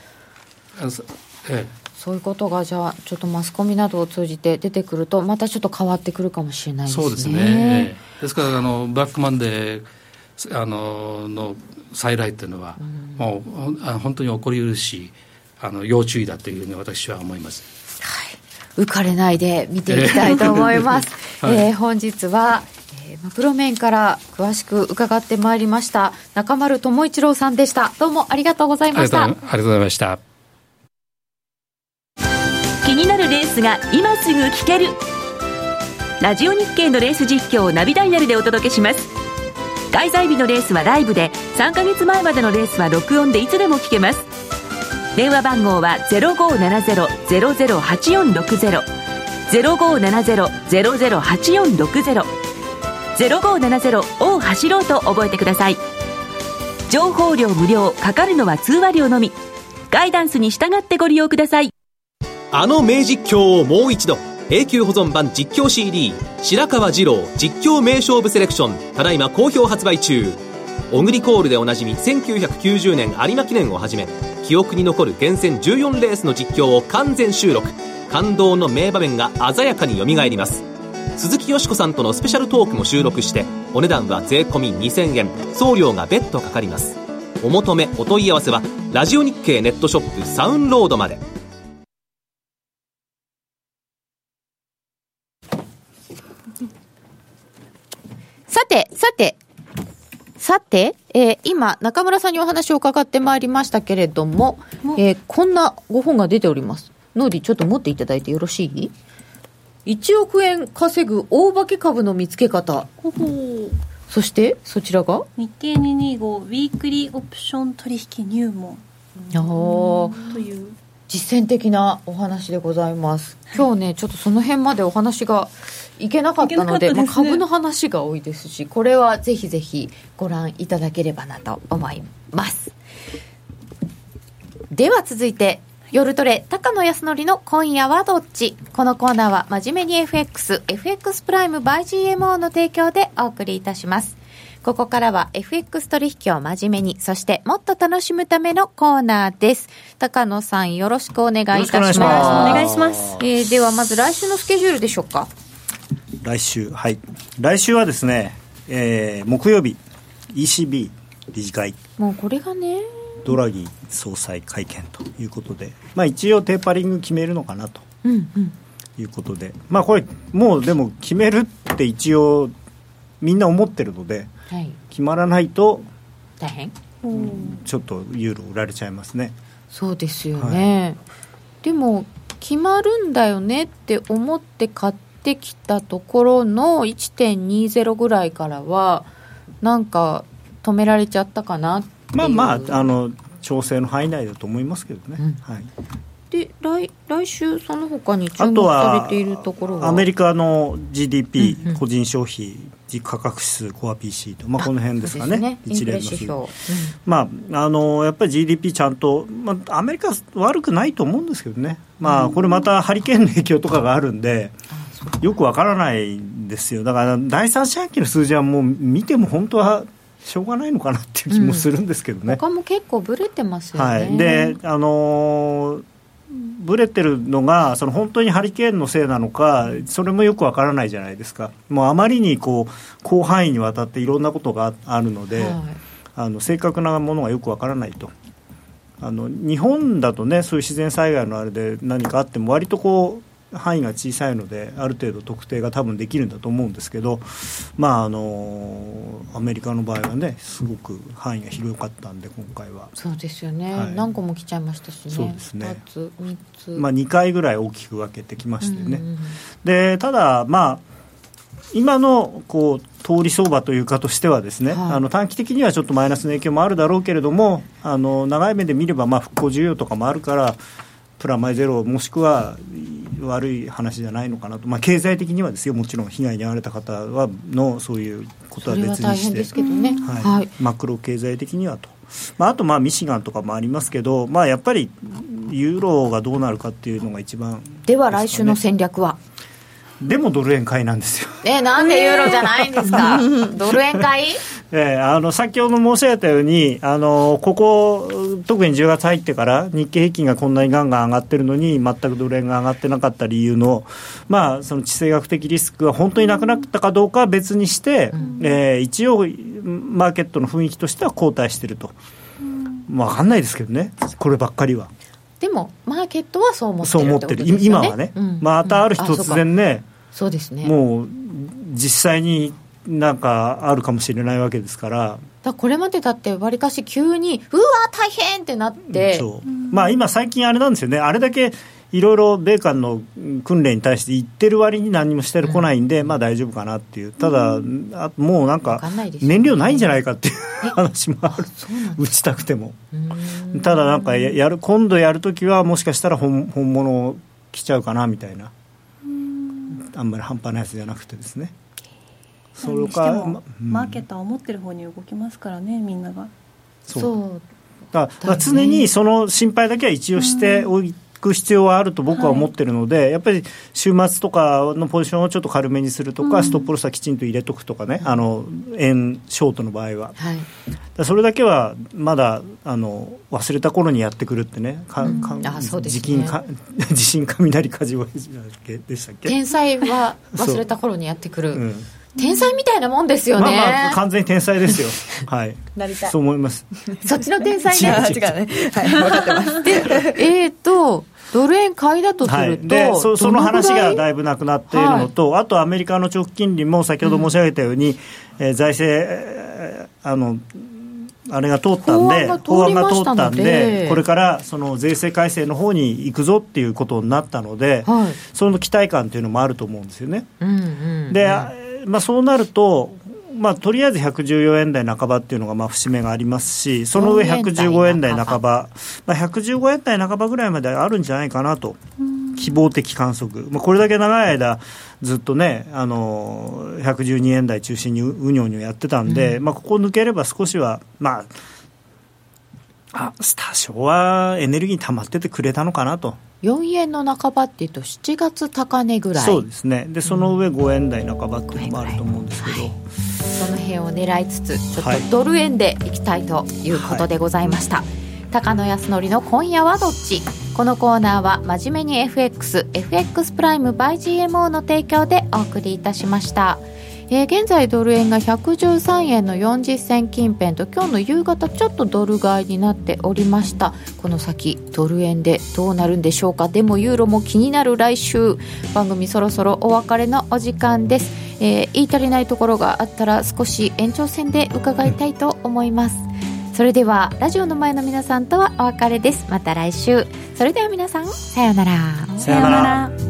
そういうことがじゃあちょっとマスコミなどを通じて出てくるとまたちょっと変わってくるかもしれないですね。 そうですね。ですからブラックマンデーの再来というのは、もう本当に起こりうるし要注意だというふうに私は思います。 浮かれないで見ていきたいと思います、本日は、マクロ面から詳しく伺ってまいりました中丸智一郎さんでした。どうもありがとうございました。 ありがとうございました。 気になるレースが今すぐ聞ける。ラジオ日経のレース実況をナビダイヤルでお届けします。開催日のレースはライブで、3ヶ月前までのレースは録音でいつでも聞けます。電話番号は 0570-008460 0570-008460 0570を走ろうと覚えてください。情報料無料、かかるのは通話料のみ。ガイダンスに従ってご利用ください。 名実況をもう一度、永久保存版実況 CD 白川二郎実況名勝負セレクション、ただいま好評発売中。オグリコールでおなじみ1990年有馬記念をはじめ、記憶に残る厳選14レースの実況を完全収録。感動の名場面が鮮やかによみがえります。鈴木よしこさんとのスペシャルトークも収録して、お値段は税込み2000円、送料が別途かかります。お求めお問い合わせはラジオ日経ネットショップサウンロードまで。 さて、今中村さんにお話を伺ってまいりましたけれども、こんなご本が出ております。ノーディちょっと持っていただいてよろしい？1億円稼ぐ大化け株の見つけ方。そしてそちらが日経225ウィークリーオプション取引入門という実践的なお話でございます。今日ねちょっとその辺までお話がいけなかったので、株の話が多いですし、これはぜひぜひご覧いただければなと思います。では続いて夜トレ高野康則の今夜はどっち。このコーナーは真面目に FX プライム by GMO の提供でお送りいたします。ここからは FX 取引を真面目に、そしてもっと楽しむためのコーナーです。高野さんよろしくお願いいたします。 お願いします。 ではまず来週のスケジュールでしょうか。 来週はですね、木曜日 ECB 理事会、もうこれがねドラギ総裁会見ということで、一応テーパリング決めるのかなということで、これもうでも決めるって一応みんな思ってるので、決まらないと大変、 ちょっとユーロ売られちゃいますね。 そうですよね、でも決まるんだよねって思って買ってきたところの 1.20 ぐらいからはなんか止められちゃったかなっていう。 調整の範囲内だと思いますけどね、 で来週その他に注目されているところはアメリカの GDP、個人消費実価格指数コア PC と、この辺ですかね、一連の指標、やっぱり GDP ちゃんと、アメリカは悪くないと思うんですけどね、これまたハリケーンの影響とかがあるんでよくわからないんですよ。だから第三四半期の数字はもう見ても本当はしょうがないのかなっていう気もするんですけどね、 他も結構ブレてますよね、 はい、でブレてるのが本当にハリケーンのせいなのかそれもよくわからないじゃないですか。もうあまりに広範囲にわたっていろんなことがあるので、はい、正確なものがよくわからないと。日本だとねそういう自然災害のあれで何かあっても割と範囲が小さいのである程度特定が多分できるんだと思うんですけど、まあアメリカの場合はねすごく範囲が広かったんで今回はそうですよね、はい、何個も来ちゃいましたしね。 そうですね、 2つ3つ、 まあ、2回ぐらい大きく分けてきましてね、でただまあ今の通り相場というかとしてはですね、はい、短期的にはちょっとマイナスの影響もあるだろうけれども長い目で見れば復興需要とかもあるからプラマイゼロもしくは悪い話じゃないのかなと、経済的にはですよもちろん被害に遭われた方のそういうことは別にしてそれは大変ですけどね、はいはい、マクロ経済的にはと、あとミシガンとかもありますけど、やっぱりユーロがどうなるかっていうのが一番では来週の戦略はでもドル円買いなんですよ。 なんでユーロじゃないんですかドル円買い先ほど申し上げたようにここ特に10月入ってから日経平均がこんなにガンガン上がってるのに全くドル円が上がってなかった理由の、その地政学的リスクが本当になくなったかどうかは別にして、一応マーケットの雰囲気としては後退してると、分かんないですけどねこればっかりは。 でもマーケットはそう思ってるってことですよね。 今はね、またある日突然ね、 そうですね、 もう実際になんかあるかもしれないわけですから。 これまでだってわりかし急にうわ大変ってなって、 今最近あれなんですよね、あれだけいろいろ米韓の訓練に対して言ってる割に何もしてこないんで、大丈夫かなっていう。ただ、もうなんか燃料ないんじゃないかっていう話もある。打ちたくても。ただなんか今度やるときはもしかしたら本物来ちゃうかなみたいな、あんまり半端なやつじゃなくてですね。 それかマーケットは思ってる方に動きますからね、みんなが。 そうだ常にその心配だけは一応しておく必要はあると僕は思ってるので、やっぱり週末とかのポジションをちょっと軽めにするとか、ストップロスはきちんと入れとくとかね、円ショートの場合は、それだけはまだ忘れた頃にやってくるってね、地震雷火事でしたっけ。 天才は忘れた頃にやってくる、天才みたいなもんですよね。 完全に天才ですよはい、 なりたい、 そう思います。 そっちの天才ね。 違うね、はい、分かってますでドル円買いだとすると、 でその話がだいぶなくなっているのと、あとアメリカの長期金利も先ほど申し上げたように、財政あれが通ったんで、法案が通ったんで、これからその税制改正の方に行くぞっていうことになったので、その期待感というのもあると思うんですよね。で、そうなると、とりあえず114円台半ばっていうのが節目がありますし、その上115円台半ば、115円台半ばぐらいまであるんじゃないかなと、希望的観測、これだけ長い間ずっとね112円台中心にうにょうにょやってたんで、ここ抜ければ少しは多少はエネルギー溜まっててくれたのかなと。 4円の半ばっていうと7月高値ぐらい。 そうですね。でその上5円台半ばっていうのもあると思うんですけど、 その辺を狙いつつちょっとドル円でいきたいということでございました、高野康則の今夜はどっち。このコーナーは真面目に FX プライム by GMO の提供でお送りいたしました。現在ドル円が113円の40銭近辺と、今日の夕方ちょっとドル買いになっておりました。この先ドル円でどうなるんでしょうか。でもユーロも気になる来週。番組そろそろお別れのお時間です。言い足りないところがあったら少し延長戦で伺いたいと思います。それではラジオの前の皆さんとはお別れです。また来週。それでは皆さん、さようなら。 さようなら。